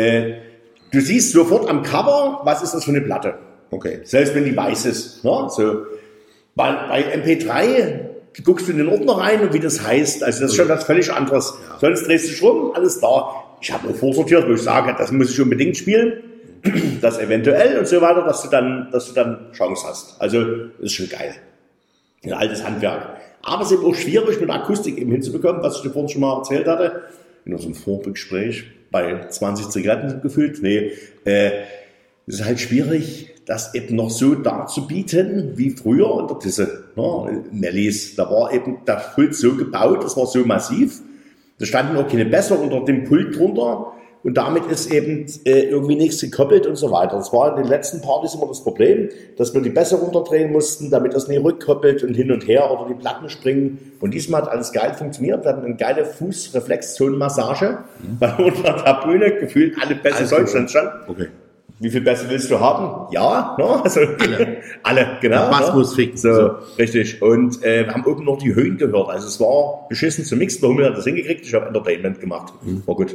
Speaker 4: du siehst sofort am Cover, was ist das für eine Platte. Okay. Selbst wenn die weiß ist. Ne? So. Bei MP3 guckst du in den Ordner rein und wie das heißt. Also das ist schon was völlig anderes. Ja. Sonst drehst du dich rum, alles da. Ich habe vorsortiert, wo ich sage, das muss ich unbedingt spielen, das eventuell und so weiter, dass du dann Chance hast. Also das ist schon geil. Ein altes Handwerk. Aber es ist eben auch schwierig, mit Akustik eben hinzubekommen, was ich dir vorhin schon mal erzählt hatte. In unserem Vorgespräch bei 20 Zigaretten gefühlt. Es ist halt schwierig, das eben noch so darzubieten wie früher in der Tisse. Mellies, da war eben der Pult so gebaut, das war so massiv. Da standen auch keine Bässe unter dem Pult drunter und damit ist eben irgendwie nichts gekoppelt und so weiter. Das war in den letzten Partys immer das Problem, dass wir die Bässe runterdrehen mussten, damit das nicht rückkoppelt und hin und her oder die Platten springen. Und diesmal hat alles geil funktioniert. Wir hatten eine geile Fußreflexzonenmassage, weil unter der Bühne gefühlt alle Bässe Deutschlands standen. Okay. Wie viel Bässe willst du haben? Ja, ne? Also alle, genau.
Speaker 3: Was muss ficken.
Speaker 4: So, richtig. Und wir haben oben noch die Höhen gehört. Also es war beschissen zu mixen. Der Hummel hat das hingekriegt. Ich habe Entertainment gemacht. War gut.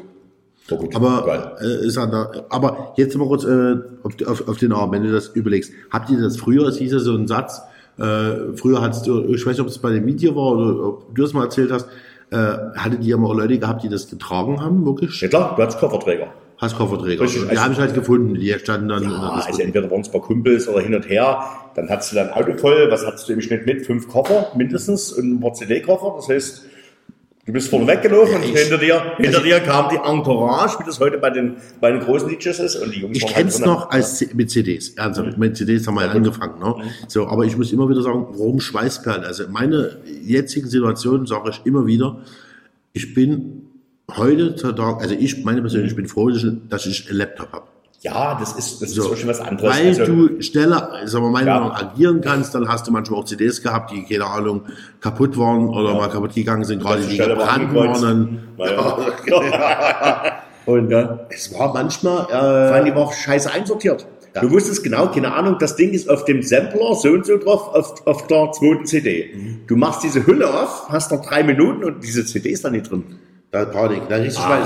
Speaker 3: Aber jetzt mal kurz auf den Arm, wenn du das überlegst. Habt ihr das früher, es hieß ja so ein Satz, früher hattest du, ich weiß nicht, ob es bei dem Video war oder ob du das mal erzählt hast, hattet ihr mal auch Leute gehabt, die das getragen haben, wirklich?
Speaker 4: Ja klar, du hattest Kofferträger.
Speaker 3: Hast Kofferträger. Die habe ich halt gefunden, die standen dann.
Speaker 4: Ja, also entweder waren es ein paar Kumpels oder hin und her. Dann hattest du dein Auto voll. Was hattest du im Schnitt mit? 5 Koffer mindestens und ein paar CD-Koffer. Das heißt, du bist vorne weggelaufen und hinter dir kam die Entourage, wie das heute bei den großen DJs ist. Und die Jungs
Speaker 3: ich kenn's noch mit CDs. Ernsthaft, mit CDs haben wir ja angefangen. Ne? So, aber ich muss immer wieder sagen, warum Schweißperlen? Also meine jetzigen Situationen sage ich immer wieder, ich bin heutzutage, also meine persönlich, ich bin froh, dass ich einen Laptop habe.
Speaker 4: Ja, das ist schon was anderes.
Speaker 3: Weil du schneller, sagen wir mal, agieren kannst, dann hast du manchmal auch CDs gehabt, die, keine Ahnung, kaputt waren oder mal kaputt gegangen sind, gerade die gebrannt waren. Und es war manchmal,
Speaker 4: vor allem die war scheiße einsortiert. Ja. Du wusstest genau, keine Ahnung, das Ding ist auf dem Sampler so und so drauf, auf der zweiten CD. Du machst diese Hülle auf, hast noch 3 Minuten und diese CD ist da nicht drin.
Speaker 3: Da Panik, da richtig Scheiße.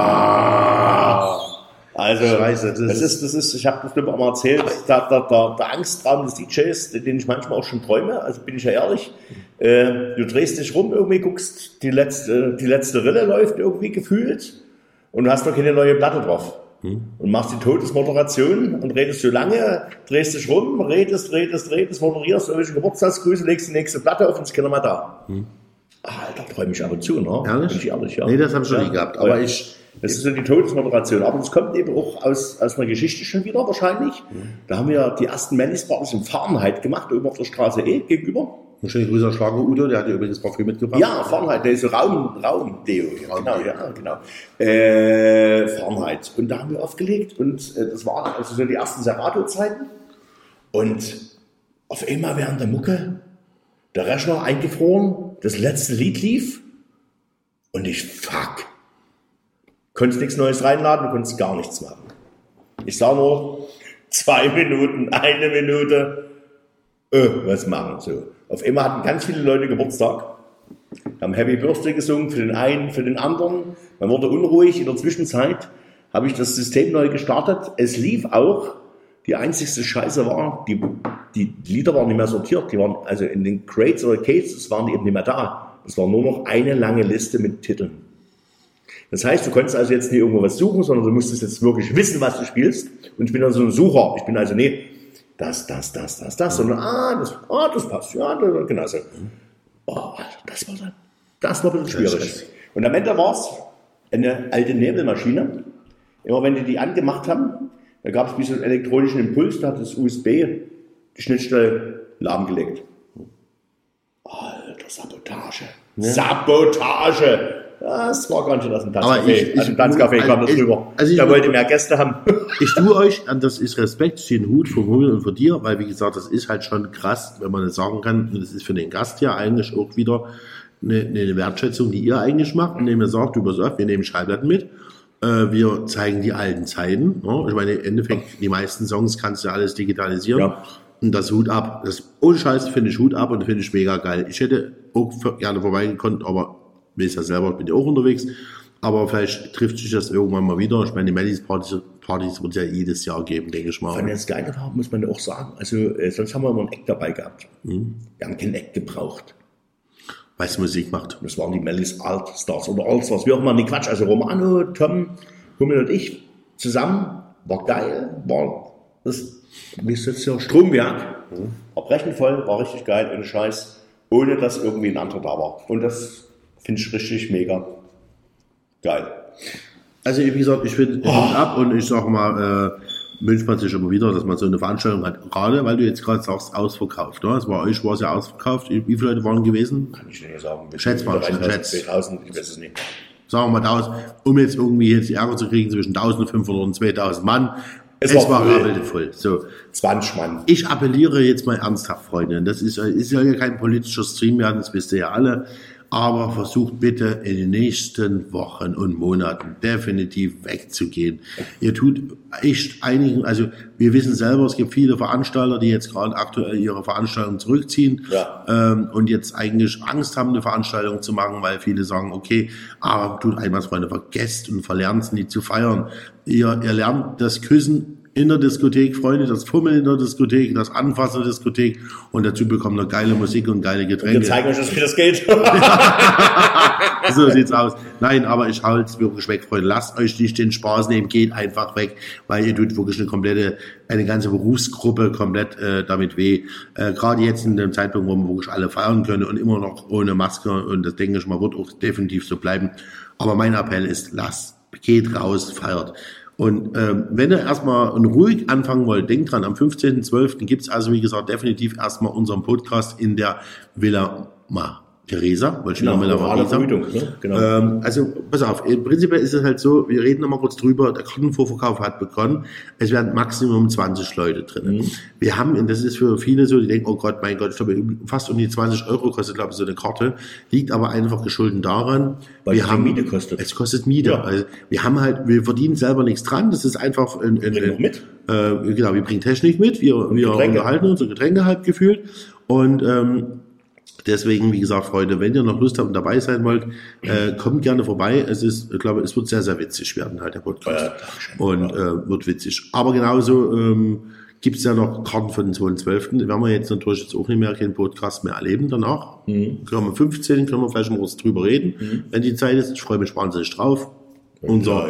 Speaker 4: Also, Scheiße, das ist, ich habe das auch mal erzählt, der Angsttraum des DJs, den ich manchmal auch schon träume, also bin ich ja ehrlich, du drehst dich rum, irgendwie guckst, die letzte Rille läuft irgendwie gefühlt und du hast noch keine neue Platte drauf. Und machst die Todesmoderation und redest so lange, drehst dich rum, redest, moderierst irgendwelche Geburtstagsgrüße, legst die nächste Platte auf und ist keiner mehr da. Alter, träume ich ab und zu, ne?
Speaker 3: Ehrlich?
Speaker 4: Bin ich ehrlich, ja.
Speaker 3: Nee, das habe ich schon nie gehabt. Aber
Speaker 4: das ist so die Todesmoderation. Aber das kommt eben auch aus einer Geschichte schon wieder wahrscheinlich. Da haben wir die ersten Mannis-Partys in Fahrenheit gemacht, oben auf der Straße E gegenüber.
Speaker 3: Ein schöner Grüßer Schlager Udo, der hat ja übrigens Parfüm mitgebracht.
Speaker 4: Ja, Fahrenheit, der ist so Raum-Deo. Genau. Fahrenheit. Und da haben wir aufgelegt und das waren also so die ersten Serato-Zeiten. Und auf einmal während der Mucke der Rechner eingefroren, das letzte Lied lief und konntest nichts Neues reinladen, du konntest gar nichts machen. Ich sah nur 2 Minuten, 1 Minute, was machen so. Auf einmal hatten ganz viele Leute Geburtstag, haben Happy Birthday gesungen für den einen, für den anderen. Man wurde unruhig in der Zwischenzeit. habe ich das System neu gestartet. Es lief auch. Die einzigste Scheiße war, die Lieder waren nicht mehr sortiert. Die waren also in den Crates oder Cases waren die eben nicht mehr da. Es war nur noch eine lange Liste mit Titeln. Das heißt, du konntest also jetzt nicht irgendwo was suchen, sondern du musstest jetzt wirklich wissen, was du spielst. Und ich bin dann so ein Sucher. Ich bin also nicht das, sondern das passt. Ja, genau so. Oh, das war ein bisschen schwierig. Und am Ende war es eine alte Nebelmaschine. Immer wenn die angemacht haben, da gab es wie so einen elektronischen Impuls, da hat das USB die Schnittstelle lahmgelegt. Alter, Sabotage. Ja. Sabotage! Das war ganz schön aus dem Tanzcafé. Aus dem Tanzcafé kam das rüber. Da wollte mehr Gäste haben.
Speaker 3: Ich tue euch, das ist Respekt, den Hut vom Himmel und von dir, weil wie gesagt, das ist halt schon krass, wenn man das sagen kann. Und das ist für den Gast ja eigentlich auch wieder eine Wertschätzung, die ihr eigentlich macht, indem ihr sagt, du pass auf, wir nehmen Schallplatten mit. Wir zeigen die alten Zeiten. Ne? Ich meine, im Endeffekt, die meisten Songs kannst du alles digitalisieren. Ja. Und das Hut ab. Das ohne Scheiß finde ich Hut ab und finde ich mega geil. Ich hätte auch gerne vorbeigekonnt, aber weiß ja selber, bin ja auch unterwegs. Aber vielleicht trifft sich das irgendwann mal wieder. Ich meine, die Mellies Partys wird es ja jedes Jahr geben, denke ich mal.
Speaker 4: Wenn das Geile war, muss man ja auch sagen. Also, sonst haben wir immer ein Eck dabei gehabt. Wir haben kein Eck gebraucht.
Speaker 3: Was Musik macht.
Speaker 4: Das waren die Mellies All-Stars oder All-Stars, wie auch immer, nicht Quatsch. Also Romano, Tom, Hummel und ich zusammen, war geil, war das, wie ist das ja, Stromwerk, war brechenvoll, war richtig geil, ohne Scheiß, ohne dass irgendwie ein anderer da war. Und das finde ich richtig mega geil.
Speaker 3: Also wie gesagt, ich finde ab und ich sag mal, wünscht man sich immer wieder, dass man so eine Veranstaltung hat. Gerade, weil du jetzt gerade sagst, ausverkauft. Ne? Bei euch war es ja ausverkauft. Wie viele Leute waren gewesen?
Speaker 4: Kann ich nicht sagen.
Speaker 3: Schätz mal.
Speaker 4: 2000, ich weiß es nicht.
Speaker 3: Sagen wir mal 1000, um jetzt irgendwie jetzt Ärger zu kriegen zwischen 1500 und 2000 Mann. Es war voll. So.
Speaker 4: 20 Mann.
Speaker 3: Ich appelliere jetzt mal ernsthaft, Freunde. Das ist ja kein politischer Stream werden, das wisst ihr ja alle. Aber versucht bitte in den nächsten Wochen und Monaten definitiv wegzugehen. Ihr tut echt einigen, also wir wissen selber, es gibt viele Veranstalter, die jetzt gerade aktuell ihre Veranstaltung zurückziehen und jetzt eigentlich Angst haben, eine Veranstaltung zu machen, weil viele sagen, okay, aber tut einmal, Freunde, vergesst und verlernt nie zu feiern. Ihr lernt das Küssen in der Diskothek, Freunde, das Fummeln in der Diskothek, das Anfassen der Diskothek und dazu bekommt ihr geile Musik und geile Getränke.
Speaker 4: Wir zeigen euch, wie das geht.
Speaker 3: So sieht's aus. Nein, aber ich halte es wirklich weg, Freunde. Lasst euch nicht den Spaß nehmen, geht einfach weg, weil ihr tut wirklich eine ganze Berufsgruppe komplett damit weh. Gerade jetzt in dem Zeitpunkt, wo wir wirklich alle feiern können und immer noch ohne Maske und das denke ich mal, wird auch definitiv so bleiben. Aber mein Appell ist, geht raus, feiert. Und wenn ihr erstmal ruhig anfangen wollt, denkt dran, am 15.12. gibt's also, wie gesagt, definitiv erstmal unseren Podcast in der Villa Theresa.
Speaker 4: Ne? Genau.
Speaker 3: Also, pass auf, im Prinzip ist es halt so, wir reden nochmal kurz drüber, der Kartenvorverkauf hat begonnen, es werden Maximum 20 Leute drin. Wir haben, und das ist für viele so, die denken, oh Gott, mein Gott, ich glaube, fast um die 20 Euro kostet, glaube ich, so eine Karte, liegt aber einfach geschuldet daran,
Speaker 4: weil es Miete kostet.
Speaker 3: Es kostet Miete. Ja. Also, wir verdienen selber nichts dran, das ist einfach
Speaker 4: mit.
Speaker 3: Genau, wir bringen Technik mit, wir unterhalten unsere Getränke halt gefühlt und deswegen, wie gesagt, Freunde, wenn ihr noch Lust habt und dabei sein wollt, kommt gerne vorbei. Ich glaube, es wird sehr, sehr witzig werden, halt der Podcast. Wird witzig. Aber genauso gibt's ja noch Karten für den 2.12. Werden wir jetzt natürlich auch nicht mehr keinen Podcast mehr erleben danach. Können wir 15, können wir vielleicht noch was drüber reden, wenn die Zeit ist. Ich freue mich wahnsinnig drauf. Alter,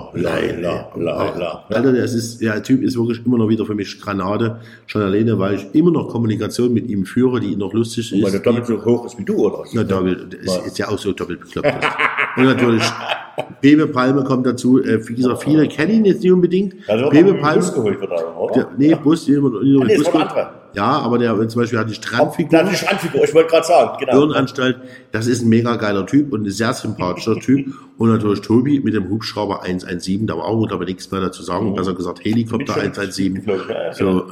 Speaker 3: der Typ ist wirklich immer noch wieder für mich Granate. Schon alleine, weil ich immer noch Kommunikation mit ihm führe, die noch lustig ist.
Speaker 4: Weil der doppelt so hoch ist wie du, oder?
Speaker 3: Na, ist ja auch so doppelt bekloppt. Und natürlich, Bebe Palme kommt dazu. Wie gesagt, viele kennen ihn jetzt nicht unbedingt.
Speaker 4: Also
Speaker 3: Bebe Palme.
Speaker 4: Bus geholt wird oder?
Speaker 3: Bus. Ja, aber der zum Beispiel hat die Strandfigur.
Speaker 4: Ich wollte gerade sagen, genau.
Speaker 3: Irrenanstalt, das ist ein mega geiler Typ und ein sehr sympathischer Typ. Und natürlich Tobi mit dem Hubschrauber 117, da brauchen wir aber nichts mehr dazu sagen. Besser gesagt Helikopter 117. So,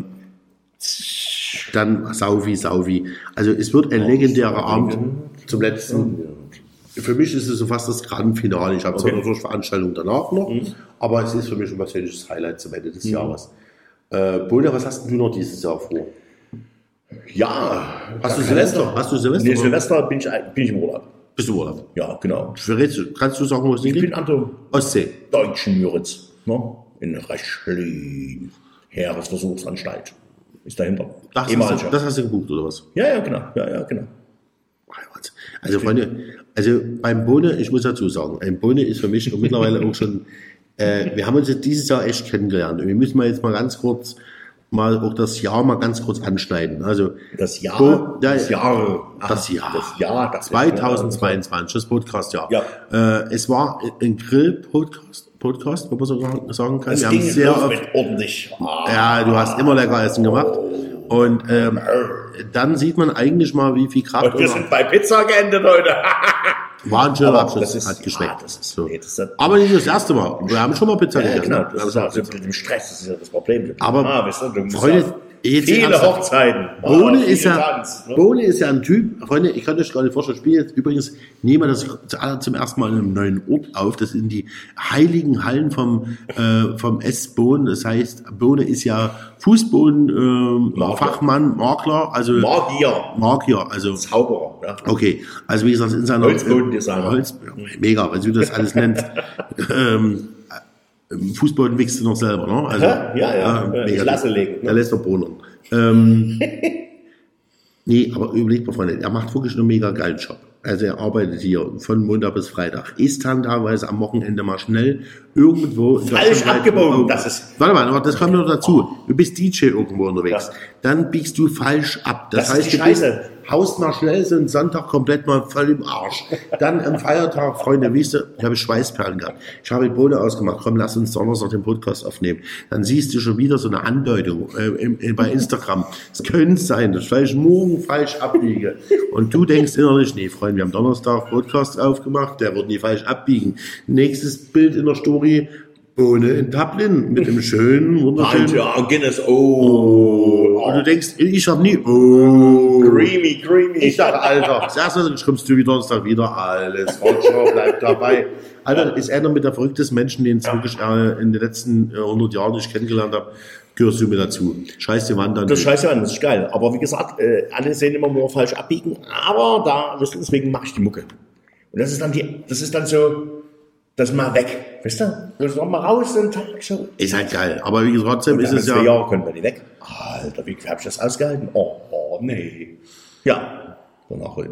Speaker 3: dann Saufi. Also es wird ein legendärer Abend zum letzten. Für mich ist es so fast das Grandfinale. Ich habe zwar natürlich Veranstaltungen danach noch, aber es ist für mich ein persönliches Highlight zum Ende des Jahres. Bode, was hast du noch dieses Jahr vor?
Speaker 4: Ja.
Speaker 3: Hast du Silvester?
Speaker 4: Nee, Silvester bin ich im Urlaub.
Speaker 3: Bist du Urlaub?
Speaker 4: Ja, genau.
Speaker 3: Kannst du sagen, wo es
Speaker 4: Ich bin
Speaker 3: hingeht?
Speaker 4: an der
Speaker 3: Ostsee.
Speaker 4: deutschen Müritz, ne? In Reschlin. Heeresversuchsanstalt. Ist dahinter.
Speaker 3: Das hast du gebucht, oder was?
Speaker 4: Ja, genau. Ja, genau.
Speaker 3: Also Freunde, beim Bohne, ich muss dazu sagen, ein Bohne ist für mich mittlerweile auch schon, wir haben uns jetzt dieses Jahr echt kennengelernt und wir müssen mal jetzt mal ganz kurz auch das Jahr mal ganz kurz anschneiden. Also
Speaker 4: das Jahr,
Speaker 3: das Jahr
Speaker 4: 2022,
Speaker 3: 2022, das Podcast-Jahr.
Speaker 4: Ja.
Speaker 3: Es war ein Grill-Podcast, wo man so sagen kann.
Speaker 4: Es
Speaker 3: Wir
Speaker 4: ging
Speaker 3: haben sehr
Speaker 4: los
Speaker 3: oft,
Speaker 4: mit ordentlich.
Speaker 3: ja, du hast immer lecker Essen gemacht. Und dann sieht man eigentlich mal, wie viel Kraft.
Speaker 4: Und wir sind bei Pizza geendet heute.
Speaker 3: War ein schöner
Speaker 4: Aber
Speaker 3: Abschluss,
Speaker 4: das ist-
Speaker 3: hat geschmeckt.
Speaker 4: das ist-
Speaker 3: So.
Speaker 4: nee, das ist-
Speaker 3: Aber nicht das erste Mal. Wir haben schon mal Pizza
Speaker 4: Ja,
Speaker 3: gegessen.
Speaker 4: genau.
Speaker 3: Wir
Speaker 4: Das
Speaker 3: haben
Speaker 4: ist
Speaker 3: schon mal
Speaker 4: also
Speaker 3: Pizza.
Speaker 4: mit dem Stress, das ist ja das Problem.
Speaker 3: Aber,
Speaker 4: weißt du musst
Speaker 3: Freunde,
Speaker 4: ja
Speaker 3: jetzt
Speaker 4: viele
Speaker 3: ernsthaft.
Speaker 4: Hochzeiten.
Speaker 3: Bohne
Speaker 4: viele
Speaker 3: ist ja,
Speaker 4: Tanz, ne?
Speaker 3: Bohne ist ja ein Typ, Freunde, ich kann euch gar nicht vorstellen, ich spiele jetzt übrigens, nehmen wir das zum ersten Mal in einem neuen Ort auf, das sind die heiligen Hallen vom S-Bohn, das heißt, Bohne ist ja Fußboden, Fachmann, Makler, also Magier, also
Speaker 4: Zauberer. Ja.
Speaker 3: okay, also wie gesagt, in seiner
Speaker 4: Holzbodendesigner.
Speaker 3: Mega, weil du das alles nennst. Fußboden wichst du noch selber, ne? Also,
Speaker 4: Ja.
Speaker 3: mega
Speaker 4: Ich lasse
Speaker 3: gut.
Speaker 4: legen.
Speaker 3: Der lässt doch bohnen. Nee, aber überlegt mal, Freunde, er macht wirklich einen mega geilen Job. Also er arbeitet hier von Montag bis Freitag, ist dann teilweise am Wochenende mal schnell irgendwo.
Speaker 4: Falsch abgebogen, das ist.
Speaker 3: Warte mal, das kommt noch dazu. Du bist DJ irgendwo unterwegs.
Speaker 4: Ja.
Speaker 3: Dann biegst du falsch ab. Das
Speaker 4: Das ist
Speaker 3: heißt,
Speaker 4: die
Speaker 3: du bist,
Speaker 4: Scheiße.
Speaker 3: haust mal schnell so einen Sonntag komplett mal voll im Arsch. Dann am Feiertag, Freunde, weißt du, ich habe Schweißperlen gehabt. Ich habe die Bohne ausgemacht. Komm, lass uns Donnerstag den Podcast aufnehmen. Dann siehst du schon wieder so eine Andeutung bei Instagram. Es könnte sein, dass ich vielleicht morgen falsch abbiege. Und du denkst innerlich, nee, Freunde, wir haben Donnerstag Podcast aufgemacht, der wird nie falsch abbiegen. Nächstes Bild in der Story, Bohne in Dublin mit dem schönen, wunderschönen.
Speaker 4: Ja, Guinness, oh.
Speaker 3: Und du denkst, ich hab nie, oh.
Speaker 4: Creamy.
Speaker 3: Ich dachte, Alter, das erste Mal kommst du wieder Donnerstag wieder, alles, Fortschau, bleib dabei. Alter, ist einer mit der verrücktesten Menschen, den ich wirklich in den letzten 100 Jahren nicht kennengelernt habe, gehörst du mir dazu. Scheiß die Wand an.
Speaker 4: Das scheiße an, das ist geil. Aber wie gesagt, alle sehen immer nur falsch abbiegen. Aber deswegen mache ich die Mucke. Und das ist dann so, das ist mal weg. Weißt du? Das ist noch mal raus, so einen Tag so.
Speaker 3: Ist halt geil. Aber wie gesagt, trotzdem ist es
Speaker 4: 2
Speaker 3: ja.
Speaker 4: Jahre können wir die weg. Alter, wie hab ich das ausgehalten? Oh, nee. Ja, danach heute.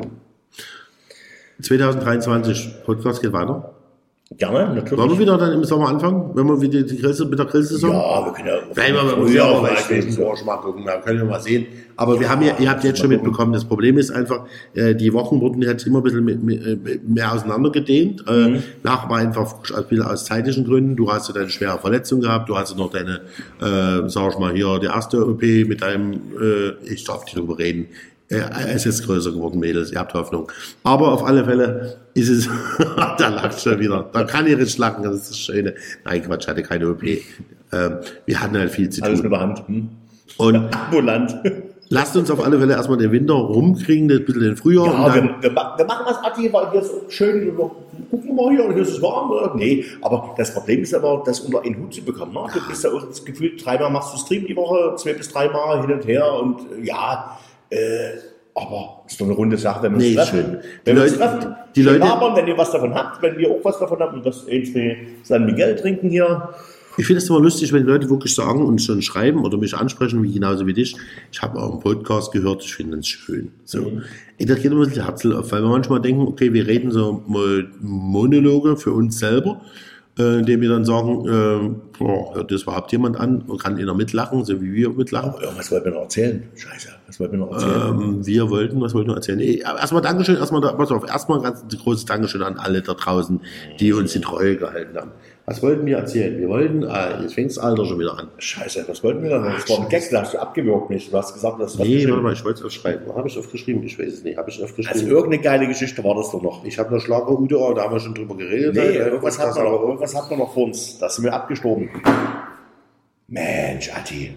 Speaker 3: 2023, Podcast geht weiter.
Speaker 4: Gerne, natürlich.
Speaker 3: Wollen wir wieder dann im Sommer anfangen, wenn wir wieder mit der Grillsaison?
Speaker 4: Ja, wir können ja.
Speaker 3: Vielleicht mal früher vielleicht einen Borsch mal gucken, da können wir mal sehen. Aber wir haben ja, ihr habt jetzt schon mitbekommen, das Problem ist einfach, die Wochen wurden jetzt immer ein bisschen mehr auseinandergedehnt. Nach war einfach aus zeitlichen Gründen. Du hast ja deine schwere Verletzung gehabt, du hast ja noch deine, sag ich mal hier, die erste OP mit deinem, ich darf nicht drüber reden. Es ist größer geworden, Mädels, ihr habt Hoffnung. Aber auf alle Fälle ist es, da lacht schon wieder. Da kann ich nicht lachen, das ist das Schöne. Nein, Quatsch, hatte keine OP. Wir hatten halt viel zu tun.
Speaker 4: Alles mit der Hand.
Speaker 3: Und
Speaker 4: Ambulant.
Speaker 3: lasst uns auf alle Fälle erstmal den Winter rumkriegen, ein bisschen den Frühjahr.
Speaker 4: Ja,
Speaker 3: und dann,
Speaker 4: wir machen was, Adi, weil hier ist schön, gucken wir mal hier, hier ist es warm. Nee, aber das Problem ist aber, das unter einen Hut zu bekommen. Ne? Du bist ja auch das Gefühl, 3-mal machst du Stream die Woche, 2 bis 3 Mal hin und her und ja, aber ist doch eine runde Sache, wenn wir
Speaker 3: Nee,
Speaker 4: uns treffen.
Speaker 3: schön.
Speaker 4: Wenn wir uns
Speaker 3: Die
Speaker 4: treffen,
Speaker 3: Leute-
Speaker 4: schön labern, wenn ihr was davon habt, wenn wir auch was davon haben und das San Miguel trinken hier.
Speaker 3: ich finde es immer lustig, wenn die Leute wirklich sagen und schon schreiben oder mich ansprechen, wie genauso wie dich. Ich habe auch einen Podcast gehört, ich finde es schön. So. Das geht immer ein bisschen Herzl auf, weil wir manchmal denken, okay, wir reden so mal Monologe für uns selber, indem wir dann sagen, hört das überhaupt jemand an und kann einer mitlachen, so wie wir mitlachen.
Speaker 4: Ja, was wollten wir noch erzählen? Scheiße, was wollten wir noch erzählen?
Speaker 3: Was wollten wir erzählen? Erstmal Dankeschön, erstmal ganz großes Dankeschön an alle da draußen, die uns die Treue gehalten haben. Was wollten wir erzählen? Wir wollten, jetzt fängt das Alter schon wieder an.
Speaker 4: Scheiße, was wollten wir da? Das war ein Gag, da hast du abgewürgt mich. Du hast gesagt, das
Speaker 3: Nee, warte mal, ich wollte es aufschreiben. Habe ich aufgeschrieben? Ich weiß es nicht. Habe ich aufgeschrieben?
Speaker 4: Also irgendeine geile Geschichte war das doch noch.
Speaker 3: Ich habe noch Schlager Udo, da haben wir schon drüber geredet.
Speaker 4: Nee, irgendwas hat man noch vor uns. Da sind wir abgestorben. Mensch, Atti.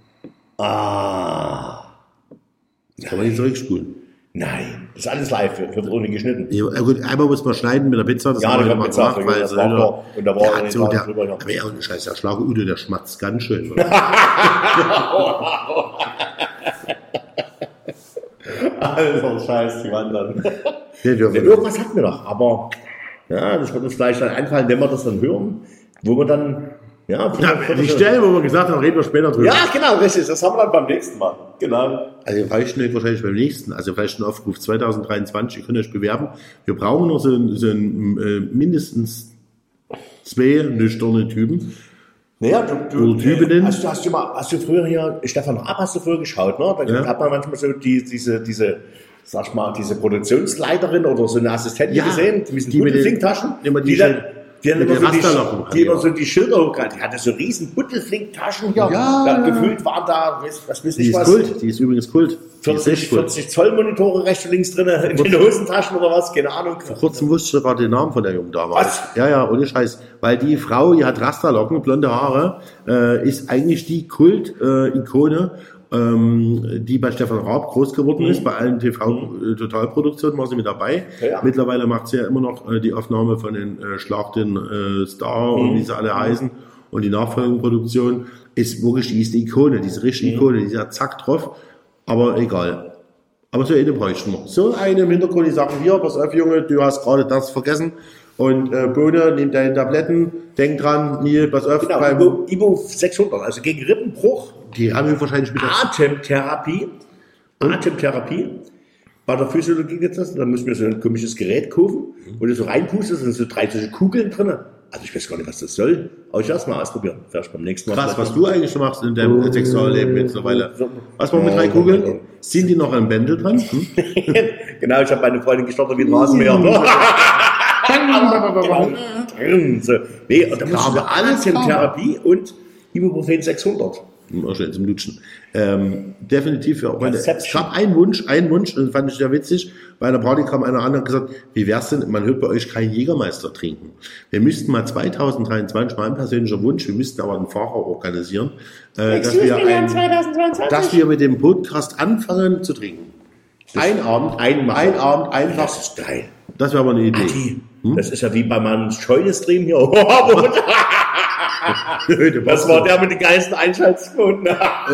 Speaker 3: Kann man nicht zurückspulen.
Speaker 4: Nein, das ist alles live, wird ohne geschnitten.
Speaker 3: Ja, gut, einmal muss man schneiden mit der Pizza, das
Speaker 4: Ja,
Speaker 3: haben wir
Speaker 4: da
Speaker 3: immer
Speaker 4: kommt Pizza,
Speaker 3: gemacht, weil
Speaker 4: das
Speaker 3: so
Speaker 4: war
Speaker 3: der,
Speaker 4: noch- und da war
Speaker 3: der
Speaker 4: auch
Speaker 3: hat
Speaker 4: nicht
Speaker 3: so,
Speaker 4: dran
Speaker 3: der,
Speaker 4: drüber, ja.
Speaker 3: aber ja, ohne Scheiß, der Schlager Udo, der schmatzt ganz schön. Oder?
Speaker 4: Also, scheiß, die Wandern. Irgendwas hatten wir noch, aber ja, das wird uns vielleicht dann einfallen, wenn wir das dann hören, wo wir dann,
Speaker 3: die Stelle, wo wir gesagt haben, reden wir später drüber.
Speaker 4: Ja, genau, richtig, das haben wir dann beim nächsten Mal. Genau.
Speaker 3: Also reicht nicht wahrscheinlich beim nächsten, also vielleicht ein Aufruf 2023, ihr könnt euch bewerben. Wir brauchen noch so ein mindestens 2 nüchterne Typen.
Speaker 4: Naja, du
Speaker 3: Typinnen.
Speaker 4: hast du früher hier, Stefan Raab hast du früher geschaut, ne? Da hat man manchmal so diese Produktionsleiterin oder so eine Assistentin gesehen, mit diesen Buttelflinktaschen, die immer so die Schilder hochgehalten. Die hatte so riesen Buttelflinktaschen hier. Ja. Gefühlt waren da, was weiß ich was.
Speaker 3: Die ist übrigens Kult.
Speaker 4: 40 Zoll Monitore rechts und links drin in den Hosentaschen oder was, keine Ahnung.
Speaker 3: Vor kurzem wusste ich sogar den Namen von der jungen Dame.
Speaker 4: Was?
Speaker 3: Ja, ohne Scheiß. Weil die Frau, die hat Rasterlocken, blonde Haare, ist eigentlich die Kult-Ikone, die bei Stefan Raab groß geworden ist. Bei allen TV-Totalproduktionen war sie mit dabei. Ja. Mittlerweile macht sie ja immer noch die Aufnahme von den Schlag den Star und wie sie alle heißen. Und die Nachfolgeproduktion ist wirklich, die ist die Ikone, diese richtige Ikone, die ist ja zack drauf. Aber egal. Aber so eine bräuchten wir. So eine im Hintergrund, die sagen, hier, pass auf, Junge, du hast gerade das vergessen. Und Bohne, nimm deine Tabletten, denk dran, Neil, pass auf.
Speaker 4: Genau, Ibo 600, also gegen Rippenbruch.
Speaker 3: Die haben wir wahrscheinlich mit
Speaker 4: Atemtherapie. Bei der Physiologie geht das, dann müssen wir so ein komisches Gerät kaufen, wo du so reinpustest, sind so 3 solche Kugeln drin. Also ich weiß gar nicht, was das soll. Aber ich lass mal ausprobieren. Vielleicht beim nächsten Mal.
Speaker 3: Krass, was du eigentlich schon machst in deinem Sexualleben mittlerweile. Was war mit 3 Kugeln? Sind die noch ein Bändel dran?
Speaker 4: Genau, ich habe meine Freundin gestartet wie ein Rasenmäher. So. Nee, und da musst du alles in Therapie und Ibuprofen 600.
Speaker 3: Schön zum Lutschen. Definitiv für heute. Ich habe einen Wunsch, und das fand ich sehr witzig. Bei einer Party kam einer an und hat gesagt, wie wär's denn, man hört bei euch keinen Jägermeister trinken. Wir müssten mal 2023, mein persönlicher Wunsch, wir müssten aber einen Fahrer organisieren, dass wir mit dem Podcast anfangen zu trinken. Ein Abend, einfach.
Speaker 4: Das ist geil.
Speaker 3: Das wäre aber eine Idee.
Speaker 4: Das ist ja wie bei meinem Scheune-Stream hier. Das war der mit den geilsten Einschaltquoten.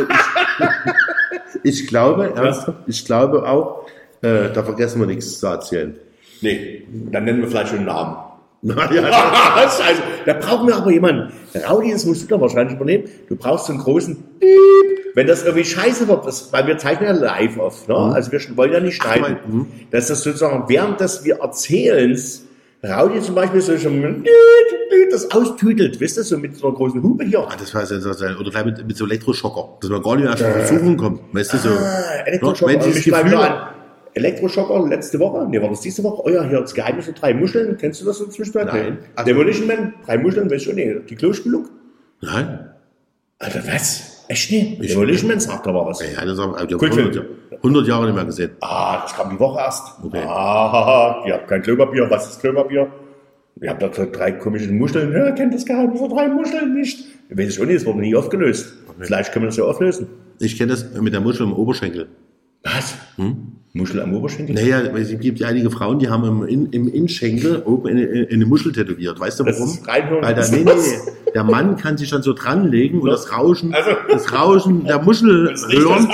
Speaker 3: Ich glaube auch, da vergessen wir nichts zu erzählen.
Speaker 4: Nee, dann nennen wir vielleicht schon einen Namen. Scheiße. Da brauchen wir aber jemanden. Raudi, das musst du doch wahrscheinlich übernehmen. Du brauchst so einen großen Piep. Wenn das irgendwie scheiße wird, weil wir zeichnen ja live auf, ne? Also wir wollen ja nicht schneiden. Dass das sozusagen während des wir Erzählens Raudi zum Beispiel so schon das austüdelt, wisst ihr, so mit so einer großen Hupe hier.
Speaker 3: Das war sensationell. Oder gleich mit so Elektroschocker, dass man gar nicht erst versuchen kommt. Weißt du, so.
Speaker 4: Elektroschocker. Elektroschocker letzte Woche, war das diese Woche? Oh ja, hier das Geheimnis von 3 Muscheln. Kennst du das inzwischen?
Speaker 3: Nein.
Speaker 4: Also, Demolition Man, 3 Muscheln, weißt du nicht? Die Klospülung?
Speaker 3: Nein.
Speaker 4: Alter, was? Echt nicht? Demolition Man sagt aber was.
Speaker 3: Ja, das haben 100 Jahre nicht mehr gesehen.
Speaker 4: Das kam die Woche erst.
Speaker 3: Okay.
Speaker 4: Ihr habt kein Klopapier. Was ist Klopapier? Ihr habt da 3 komische Muscheln. Ja, kennt das Geheimnis von 3 Muscheln nicht. Ich weiß es auch nicht, es wurde nie aufgelöst. Okay. Vielleicht können wir das ja auflösen.
Speaker 3: Ich kenne das mit der Muschel im Oberschenkel.
Speaker 4: Was? Muschel am Oberschenkel?
Speaker 3: Naja, es gibt ja einige Frauen, die haben im Innenschenkel oben eine Muschel tätowiert. Weißt du warum? Weil der Mann kann sich dann so dranlegen und das Rauschen der Muschel hören.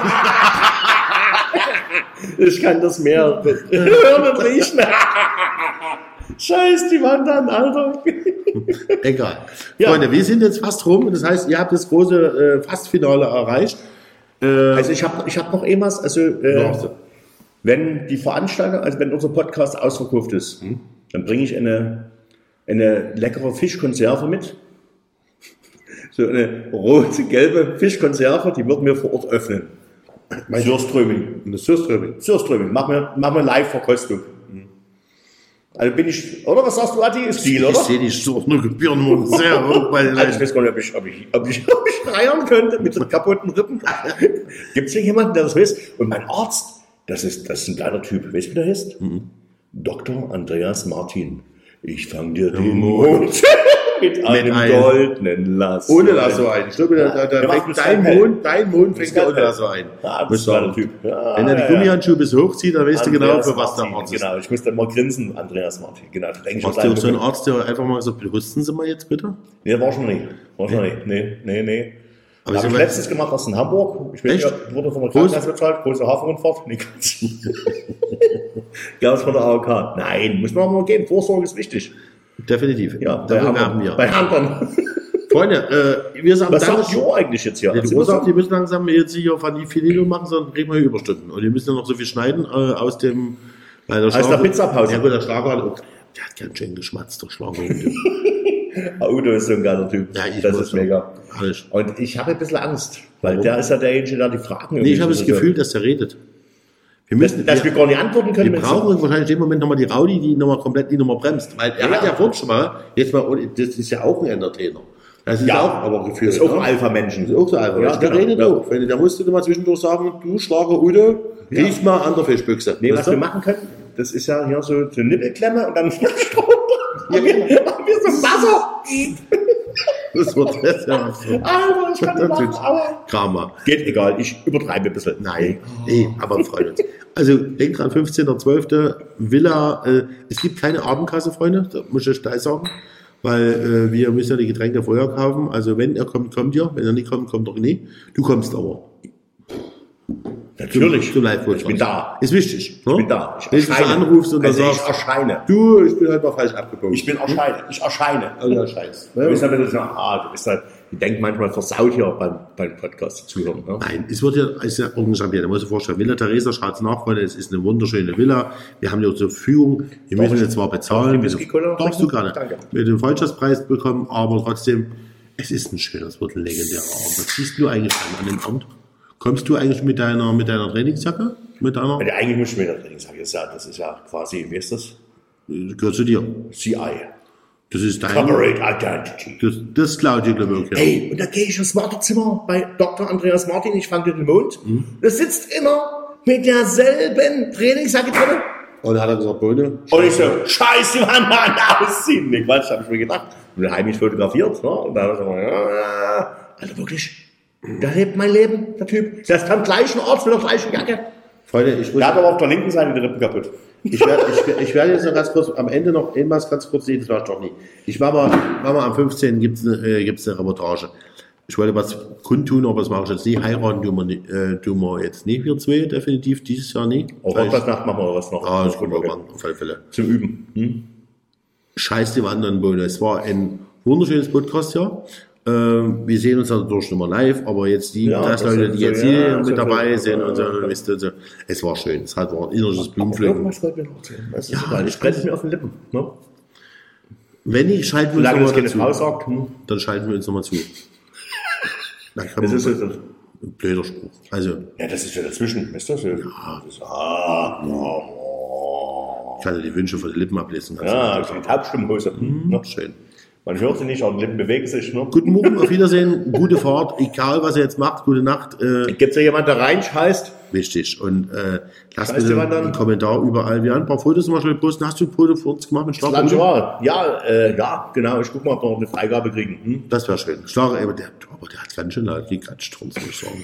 Speaker 4: Ich kann das mehr hören und riechen. Scheiß die Wand an, Alter.
Speaker 3: Egal. Ja. Freunde, wir sind jetzt fast rum. Das heißt, ihr habt das große Fastfinale erreicht.
Speaker 4: Also ich hab noch was, wenn die Veranstaltung, also wenn unser Podcast ausverkauft ist, dann bringe ich eine leckere Fischkonserve mit. So eine rote, gelbe Fischkonserve, die würden wir vor Ort öffnen. Surströming. Mach mir Live-Verkostung. Also bin ich, oder was sagst du, Adi? Ist viel, oder?
Speaker 3: Ich sehe die Gebühren sehr hoch bei den
Speaker 4: Also ich weiß gar nicht, ob ich schreiern könnte mit so kaputten Rippen. Gibt es hier jemanden, der das weiß? Und mein Arzt, das ist ein kleiner Typ. Weißt du, wie der heißt? Dr. Andreas Martin. Ich fange dir den Mond mit einem goldenen Lasso.
Speaker 3: Ohne Lasso ein. Ich glaube, dein Mond fängt ja ohne Lasso ein.
Speaker 4: Ja, das ist ein Typ. Ja,
Speaker 3: wenn er die Gummihandschuhe bis hochzieht, dann weißt du genau, für was der Arzt ist.
Speaker 4: Genau, ich muss dann mal grinsen, Andreas Martin. Genau,
Speaker 3: warst du so ein Arzt, der einfach mal so, rüsten Sie mal jetzt bitte?
Speaker 4: Nee, war schon nicht. Nee.
Speaker 3: Aber
Speaker 4: habe ich letztens gemacht, das in Hamburg. Ich weiß nicht, wurde von der Krankenkasse bezahlt, große Hafenrundfahrt. Nee, gab es von der AOK. Nein, muss man auch mal gehen. Vorsorge ist wichtig.
Speaker 3: Definitiv.
Speaker 4: Ja, bei Handern.
Speaker 3: Freunde, wir sagen
Speaker 4: was sagt ihr eigentlich jetzt hier?
Speaker 3: Die Ursache, die müssen langsam jetzt hier von die Finito machen, sondern kriegen wir hier Überstunden. Und wir müssen ja noch so viel schneiden aus dem...
Speaker 4: Aus der Pizzapause.
Speaker 3: Ja gut, der Schlager der hat ganz schön geschmatzt, der Schlager.
Speaker 4: Udo ist so ein geiler Typ.
Speaker 3: Ja,
Speaker 4: das ist mega.
Speaker 3: Alles.
Speaker 4: Und ich habe ein bisschen Angst, weil der ist ja derjenige, der die Fragen...
Speaker 3: Nee, ich habe das Gefühl, dass der redet.
Speaker 4: Dass wir gar nicht antworten können.
Speaker 3: Wir brauchen wahrscheinlich in dem Moment nochmal die Raudi, die nochmal komplett die Nummer bremst. Weil er hat ja vorhin schon mal, jetzt mal, das ist ja auch ein Entertainer. Das ist auch aber Gefühl.
Speaker 4: Das ist auch ein Alpha-Menschen.
Speaker 3: Das ist auch so Alpha. Ja, der redet auch. Der musste mal zwischendurch sagen, du Schlager Udo, riech mal an der Fischbüchse.
Speaker 4: Nee, was wir machen können, das ist ja hier so eine Nippelklemme und dann Strom. Und wir so Wasser.
Speaker 3: Das wird das ja so.
Speaker 4: Alter, ich kann nicht machen, aber...
Speaker 3: Drama.
Speaker 4: Geht egal, ich übertreibe ein bisschen.
Speaker 3: Nein, aber wir freuen uns. Also, denkt dran, 15.12. Villa, es gibt keine Abendkasse, Freunde, da muss ich gleich sagen, weil wir müssen ja die Getränke vorher kaufen. Also, wenn er kommt, kommt ihr. Wenn er nicht kommt, kommt er nicht. Du kommst aber.
Speaker 4: Natürlich.
Speaker 3: Zum Live-Podcast.
Speaker 4: Ich bin da.
Speaker 3: Ist wichtig.
Speaker 4: Ich bin da.
Speaker 3: Wenn du anrufst und
Speaker 4: also
Speaker 3: sagst,
Speaker 4: ich erscheine.
Speaker 3: Du, ich bin halt mal falsch abgebogen.
Speaker 4: Ich erscheine.
Speaker 3: Also, ja, scheiße.
Speaker 4: Du bist halt so, ich denke manchmal versaut hier beim Podcast zu zuhören. Ne?
Speaker 3: Nein, es wird ja, ist ja auch ein Champion. Da muss ich vorstellen, Villa Theresa, schaut's nach, Freunde, es ist eine wunderschöne Villa. Wir haben ja zur Verfügung, wir müssen jetzt zwar bezahlen, darfst du gerne, mit dem Freundschaftspreis bekommen, aber trotzdem, es ist ein schöner, es wird ein legendärer Abend. Was siehst du eigentlich an dem Abend? Kommst du eigentlich mit deiner Trainingsjacke?
Speaker 4: Eigentlich muss ich mit der Trainingsjacke, das ist ja quasi, wie ist das?
Speaker 3: Gehört zu dir.
Speaker 4: CI.
Speaker 3: Das ist dein...
Speaker 4: Corporate Identity.
Speaker 3: Das klaut dir, glaube ich.
Speaker 4: Ey, und da gehe ich ins Wartezimmer bei Dr. Andreas Martin, ich fange den Mond. Der sitzt immer mit derselben Trainingsjacke drin.
Speaker 3: Und dann hat er gesagt, Bohne.
Speaker 4: Und ich so, scheiße, Mann, ausziehen. Nee, Quatsch, hab ich mir gedacht. Und dann habe ich mich fotografiert. Ne? Und dann hat er gesagt, Alter, wirklich, der lebt mein Leben, der Typ. Der ist am gleichen Ort mit der gleichen Jacke.
Speaker 3: Freunde,
Speaker 4: der hat aber auf der linken Seite die Rippen kaputt.
Speaker 3: Ich werde jetzt noch ganz kurz, am Ende noch irgendwas ganz kurz sehen, das war doch nicht. Ich war mal am 15. gibt's eine Reportage. Ich wollte was kundtun, aber das mache ich jetzt nicht. Heiraten tun wir jetzt nicht, wir zwei, definitiv, dieses Jahr nicht.
Speaker 4: Auch Hochzeitsnacht machen wir was noch.
Speaker 3: Ah, das können wir machen, auf alle Fälle.
Speaker 4: Zum Üben.
Speaker 3: Scheiß die anderen Bohne. Es war ein wunderschönes Podcast-Jahr. Wir sehen uns natürlich nochmal live, aber jetzt die Leute, die jetzt hier mit dabei sind und so, wisst ihr, so, es war schön. Es war ein inneres Blumenpflücken.
Speaker 4: Was wollte ich noch erzählen? Das ist egal. Ich spreche mir auf den Lippen. Ne?
Speaker 3: Wenn nicht, schalten wir uns nochmal
Speaker 4: Frau sagt,
Speaker 3: dann schalten wir uns nochmal zu.
Speaker 4: Das ist ein
Speaker 3: blöder Spruch. Also,
Speaker 4: ja, das ist ja dazwischen. Ist das so? Ja.
Speaker 3: Ich kann ja die Wünsche von den Lippen ablesen.
Speaker 4: Ja, die Taubstimmhose.
Speaker 3: Schön.
Speaker 4: Man hört sie nicht, aber die Lippen bewegen sich. Ne?
Speaker 3: Guten Morgen, auf Wiedersehen, gute Fahrt, egal was ihr jetzt macht, gute Nacht.
Speaker 4: Gibt es ja jemand, der reinscheißt?
Speaker 3: Wichtig. Und lasst bitte einen Kommentar überall. Wir haben ein paar Fotos mal schnell posten. Hast du ein Foto für uns gemacht mit Schlager?
Speaker 4: Ja, genau. Ich guck mal, ob wir noch eine Freigabe kriegen.
Speaker 3: Das wäre schön. Schlager, aber der hat ganz schön gequatscht, muss ich sagen.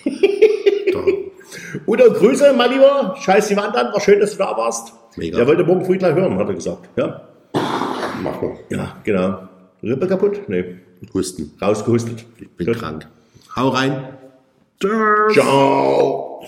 Speaker 4: Udo, Grüße, mein Lieber. Scheiß die Wand an. War schön, dass du da warst.
Speaker 3: Mega.
Speaker 4: Der wollte morgen früh gleich hören, hat er gesagt. Ja.
Speaker 3: Mach mal.
Speaker 4: Ja, genau. Rippe kaputt? Nee.
Speaker 3: Husten.
Speaker 4: Rausgehustet.
Speaker 3: Ich bin krank. Hau rein.
Speaker 4: Tschüss. Ciao.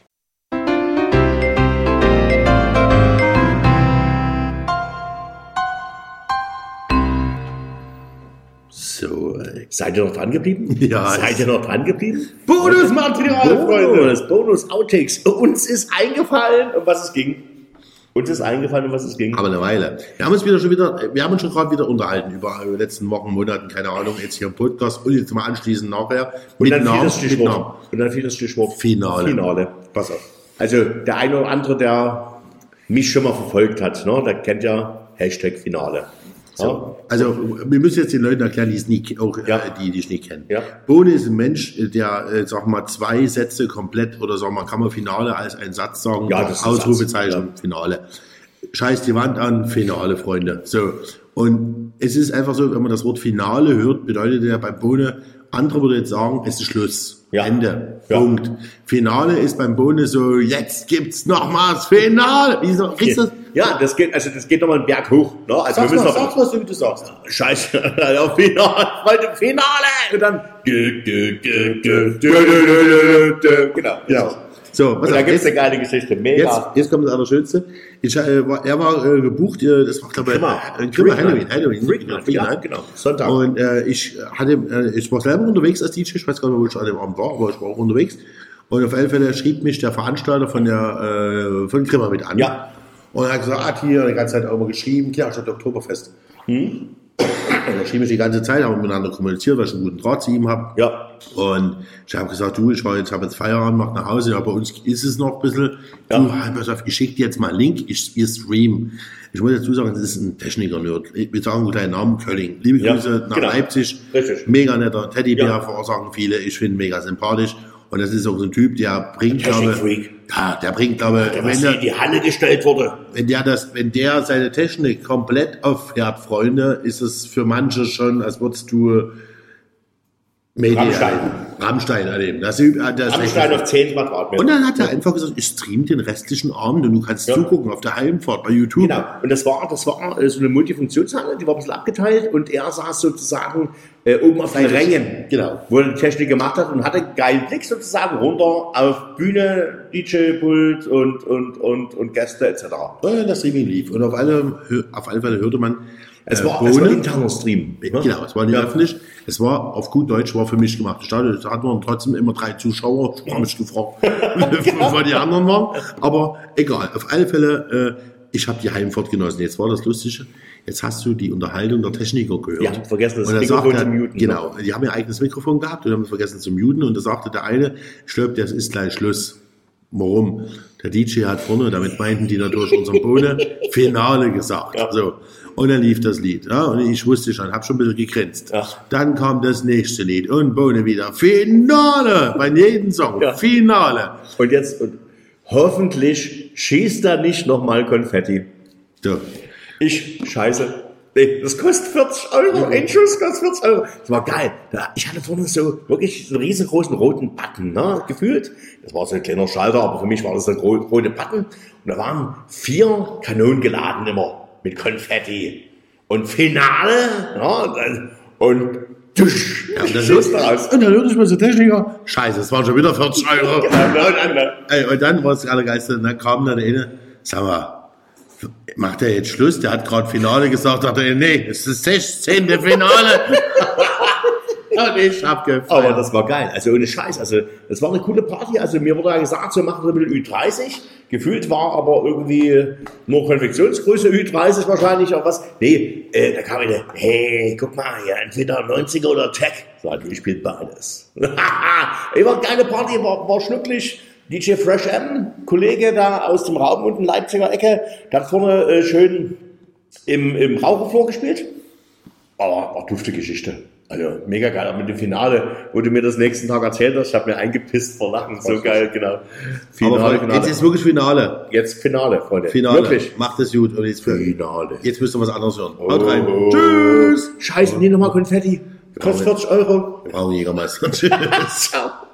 Speaker 3: So,
Speaker 4: seid ihr noch dran geblieben?
Speaker 3: Ja.
Speaker 4: Seid ihr noch dran geblieben? Bonusmaterial, Freunde. Bonus-Outtakes. Uns ist eingefallen, um was es ging. Uns ist eingefallen, um was es ging.
Speaker 3: Aber eine Weile. Wir haben uns schon gerade wieder unterhalten über die letzten Wochen, Monaten, keine Ahnung, jetzt hier im Podcast und jetzt mal anschließend nachher.
Speaker 4: Und dann fiel das Stichwort Finale. Pass auf. Also der eine oder andere, der mich schon mal verfolgt hat, ne, der kennt ja #Finale.
Speaker 3: So. Also wir müssen jetzt den Leuten erklären, die es nicht kennen.
Speaker 4: Ja.
Speaker 3: Bohne ist ein Mensch, der, sag mal, 2 Sätze komplett oder sag mal, kann man Finale als einen Satz sagen,
Speaker 4: ja, das
Speaker 3: Ausrufezeichen, Finale. Scheiß die Wand an, Finale, Freunde. So. Und es ist einfach so, wenn man das Wort Finale hört, bedeutet ja beim Bohne, andere würde jetzt sagen, es ist Schluss.
Speaker 4: Ja.
Speaker 3: Ende.
Speaker 4: Ja.
Speaker 3: Punkt. Finale ist beim Bohne so, jetzt gibt's nochmals Finale.
Speaker 4: Ja, das geht nochmal einen Berg hoch. Ne? Also
Speaker 3: Sag's mal, so wie du sagst.
Speaker 4: Scheiße, Finale, Freunde, Finale! Und dann, genau.
Speaker 3: Ja. So,
Speaker 4: Und da gibt es eine geile Geschichte, mega.
Speaker 3: Jetzt kommt das Allerschönste. Er war gebucht, das war glaube ich Halloween.
Speaker 4: Genau, Sonntag.
Speaker 3: Und ich war selber unterwegs als DJ, ich weiß gar nicht, wo ich an dem Abend war, aber ich war auch unterwegs. Und auf alle Fälle schrieb mich der Veranstalter von Grimma mit an.
Speaker 4: Ja.
Speaker 3: Und er hat gesagt, hier, die ganze Zeit auch immer geschrieben, klar, statt Oktoberfest. Und er schrieb mich die ganze Zeit, haben wir miteinander kommuniziert, weil ich einen guten Draht zu ihm habe.
Speaker 4: Ja.
Speaker 3: Und ich habe gesagt, du, habe jetzt Feierabend, mach nach Hause, ja, bei uns ist es noch ein bisschen.
Speaker 4: Ja.
Speaker 3: Du, pass auf, ich schicke dir jetzt mal einen Link, wir streamen. Ich muss dazu sagen, das ist ein Techniker-Nerd. Wir sagen einen kleinen Namen, Kölling. Liebe Grüße nach Leipzig.
Speaker 4: Richtig.
Speaker 3: Mega netter Teddybär, sagen viele. Ich finde ihn mega sympathisch. Und das ist auch so ein Typ, der bringt, glaube ich,
Speaker 4: wenn die Halle gestellt wurde.
Speaker 3: Wenn der seine Technik komplett auffährt, Freunde, ist es für manche schon, als würdest du Rammstein erleben.
Speaker 4: Rammstein auf 10 Quadratmeter.
Speaker 3: Und dann hat er einfach gesagt, ich stream den restlichen Abend und du kannst zugucken auf der Heimfahrt bei YouTube.
Speaker 4: Genau. Und das war so eine Multifunktionshalle, die war ein bisschen abgeteilt und er saß sozusagen oben auf den Rängen,
Speaker 3: Genau.
Speaker 4: wo er die Technik gemacht hat und hatte einen geilen Blick sozusagen runter auf Bühne, DJ-Pult und Gäste etc.
Speaker 3: Und das Streaming lief. Und auf alle Fälle hörte man,
Speaker 4: es war ein interner Stream.
Speaker 3: Genau, es war nicht öffentlich. Es war auf gut Deutsch, war für mich gemacht. Da hatten wir trotzdem immer 3 Zuschauer. Ich habe mich gefragt, wo die anderen waren. Aber egal, auf alle Fälle, ich habe die Heimfahrt genossen. Jetzt war das Lustige. Jetzt hast du die Unterhaltung der Techniker gehört.
Speaker 4: Ja, vergessen das
Speaker 3: Mikrofon
Speaker 4: zu muten.
Speaker 3: Genau, die haben ihr eigenes Mikrofon gehabt und haben es vergessen zu muten. Und da sagte der eine, ich glaube, das ist gleich Schluss. Warum? Der DJ hat vorne, damit meinten die natürlich unseren Bohne, Finale gesagt. Ja. So. Und dann lief das Lied. Ja, und ich wusste schon, habe schon ein bisschen gegrinst. Ja. Dann kam das nächste Lied und Bohne wieder. Finale! Bei jedem Song. Ja. Finale!
Speaker 4: Und jetzt, hoffentlich schießt da nicht nochmal Konfetti.
Speaker 3: So.
Speaker 4: Scheiße. Nee, das kostet 40 Euro. Ein Schuss kostet 40 Euro. Das war geil. Ich hatte vorne so wirklich so einen riesengroßen roten Button, ne, gefühlt. Das war so ein kleiner Schalter, aber für mich war das ein roter Button. Und da waren 4 Kanonen geladen immer mit Konfetti. Und Finale, ja, und dusch,
Speaker 3: ja, und dann hörte ich mir so Techniker, scheiße, es waren schon wieder 40 Euro. Genau, und dann war es gerade geilste, dann kam dann der eine, sag mal, macht er jetzt Schluss? Der hat gerade Finale gesagt, dachte er, nee, es ist das 16. Finale. Und ich hab gefeiert.
Speaker 4: Aber das war geil, also ohne Scheiß, also das war eine coole Party, also mir wurde ja gesagt, so machen wir ein bisschen Ü30, gefühlt war aber irgendwie nur Konfektionsgröße Ü30 wahrscheinlich, auch was, nee, da kam eine, hey, guck mal, hier, entweder 90er oder Tech, sag ich spielt beides. War eine geile Party, war schnucklig. DJ Fresh M, Kollege da aus dem Raum unten, Leipziger Ecke, der hat vorne schön im Raucherflor gespielt. Aber war dufte Geschichte. Also mega geil. Aber mit dem Finale, wo du mir das nächsten Tag erzählt hast, ich habe mir eingepisst vor Lachen. So geil, genau.
Speaker 3: Finale. Jetzt ist wirklich Finale.
Speaker 4: Jetzt Finale, Freunde.
Speaker 3: Finale.
Speaker 4: Wirklich.
Speaker 3: Macht es gut. Und jetzt
Speaker 4: Finale.
Speaker 3: Jetzt müsst ihr was anderes hören.
Speaker 4: Haut rein. Tschüss. Scheiße, nee, nochmal Konfetti. Kostet 40 Euro.
Speaker 3: Wir brauchen Jägermeister. Tschüss. Ciao.